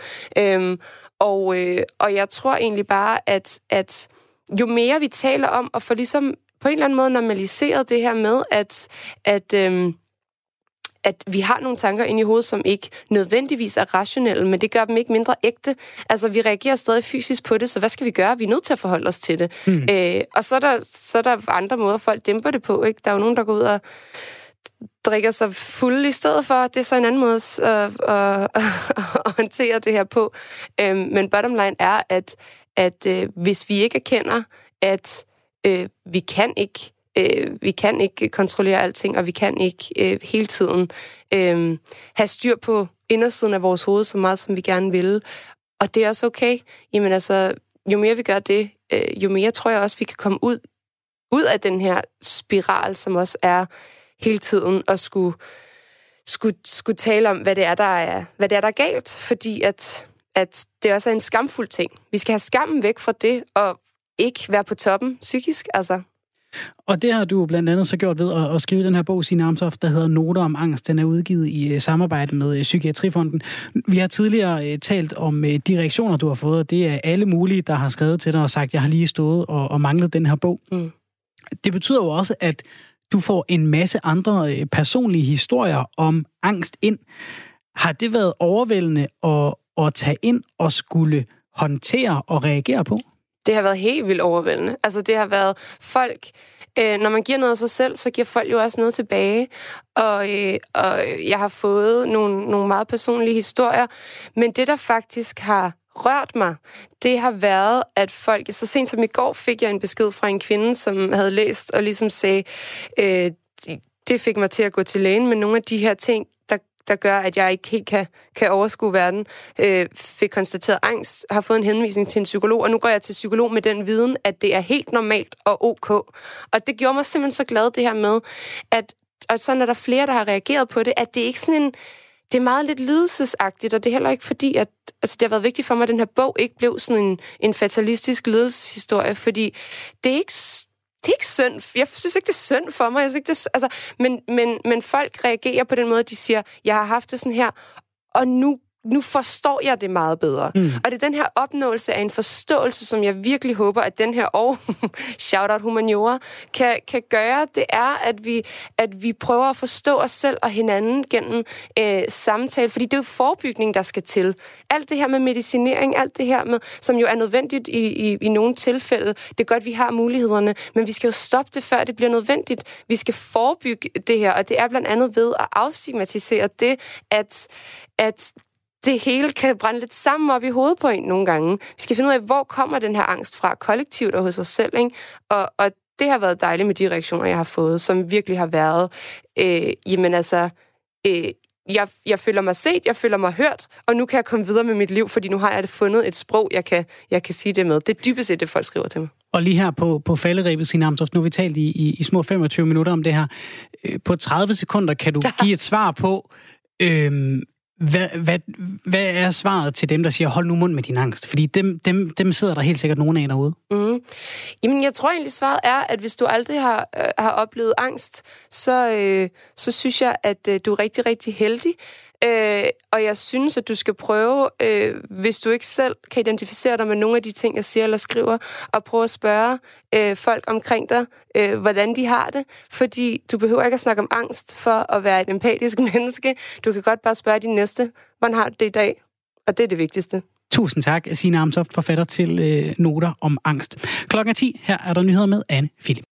Og jeg tror egentlig bare, at jo mere vi taler om at få ligesom på en eller anden måde normaliseret det her med, at vi har nogle tanker inde i hovedet, som ikke nødvendigvis er rationelle, men det gør dem ikke mindre ægte. Altså, vi reagerer stadig fysisk på det, så hvad skal vi gøre? Vi er nødt til at forholde os til det. Og så er der andre måder, folk dæmper det på, ikke? Der er jo nogen, der går ud og drikker sig fuld i stedet for. Det er så en anden måde at håndtere det her på. Men bottom line er, at hvis vi ikke erkender, at vi kan ikke kontrollere alting, og vi kan ikke hele tiden have styr på indersiden af vores hoved så meget, som vi gerne vil. Og det er også okay. Jamen altså, jo mere vi gør det, jo mere tror jeg også, vi kan komme ud af den her spiral, som også er hele tiden at skulle tale om, hvad det er, der er galt. Fordi at det også er en skamfuld ting. Vi skal have skammen væk fra det, og ikke være på toppen psykisk, altså. Og det har du blandt andet så gjort ved at skrive den her bog, Signe Amtoft, der hedder Noter om angst. Den er udgivet i samarbejde med Psykiatrifonden. Vi har tidligere talt om de reaktioner, du har fået, og det er alle mulige, der har skrevet til dig og sagt, jeg har lige stået og manglet den her bog. Det betyder jo også, at du får en masse andre personlige historier om angst ind. Har det været overvældende at tage ind og skulle håndtere og reagere på? Det har været helt vildt overvældende. Altså, det har været folk... når man giver noget af sig selv, så giver folk jo også noget tilbage. Og jeg har fået nogle meget personlige historier. Men det, der faktisk har rørt mig, det har været, at folk... Så sent som i går fik jeg en besked fra en kvinde, som havde læst og ligesom sagde, det fik mig til at gå til lægen, men nogle af de her ting, der gør, at jeg ikke helt kan overskue verden, fik konstateret angst, har fået en henvisning til en psykolog, og nu går jeg til psykolog med den viden, at det er helt normalt og ok. Og det gjorde mig simpelthen så glad, det her med, at sådan er der flere, der har reageret på det, at det er ikke sådan en... Det er meget lidt lidelsesagtigt, og det er heller ikke fordi, at det har været vigtigt for mig, at den her bog ikke blev sådan en fatalistisk lidelseshistorie, fordi det er ikke synd. Jeg synes ikke, det er synd for mig. Jeg synes ikke, det er, men folk reagerer på den måde, de siger, jeg har haft det sådan her, og nu nu forstår jeg det meget bedre. Og det er den her opnåelse af en forståelse, som jeg virkelig håber, at den her shout-out humaniora, kan gøre. Det er, at vi prøver at forstå os selv og hinanden gennem samtale, fordi det er jo forebygning, der skal til. Alt det her med medicinering, alt det her med, som jo er nødvendigt i nogle tilfælde. Det er godt, vi har mulighederne, men vi skal jo stoppe det, før det bliver nødvendigt. Vi skal forebygge det her, og det er blandt andet ved at afstigmatisere det, at det hele kan brænde lidt sammen op i hovedet på en nogle gange. Vi skal finde ud af, hvor kommer den her angst fra kollektivt og hos os selv, ikke? Og det har været dejligt med de reaktioner, jeg har fået, som virkelig har været, jeg føler mig set, jeg føler mig hørt, og nu kan jeg komme videre med mit liv, fordi nu har jeg fundet et sprog, jeg kan sige det med. Det er dybest set det, folk skriver til mig. Og lige her på falderebet, Signe Amtoft, nu har vi talt i små 25 minutter om det her. På 30 sekunder kan du give et svar på, hvad er svaret til dem, der siger, hold nu mund med din angst? Fordi dem sidder der helt sikkert nogen af derude. Jamen, jeg tror egentlig, svaret er, at hvis du aldrig har oplevet angst, så synes jeg, at du er rigtig, rigtig heldig. Og jeg synes, at du skal prøve, hvis du ikke selv kan identificere dig med nogle af de ting, jeg siger eller skriver, og prøve at spørge folk omkring dig, hvordan de har det. Fordi du behøver ikke at snakke om angst for at være et empatisk menneske. Du kan godt bare spørge din næste, hvordan har du det i dag? Og det er det vigtigste. Tusind tak, Signe Amtoft, forfatter til Noter om angst. 10:00 her er der nyheder med Anne Philip.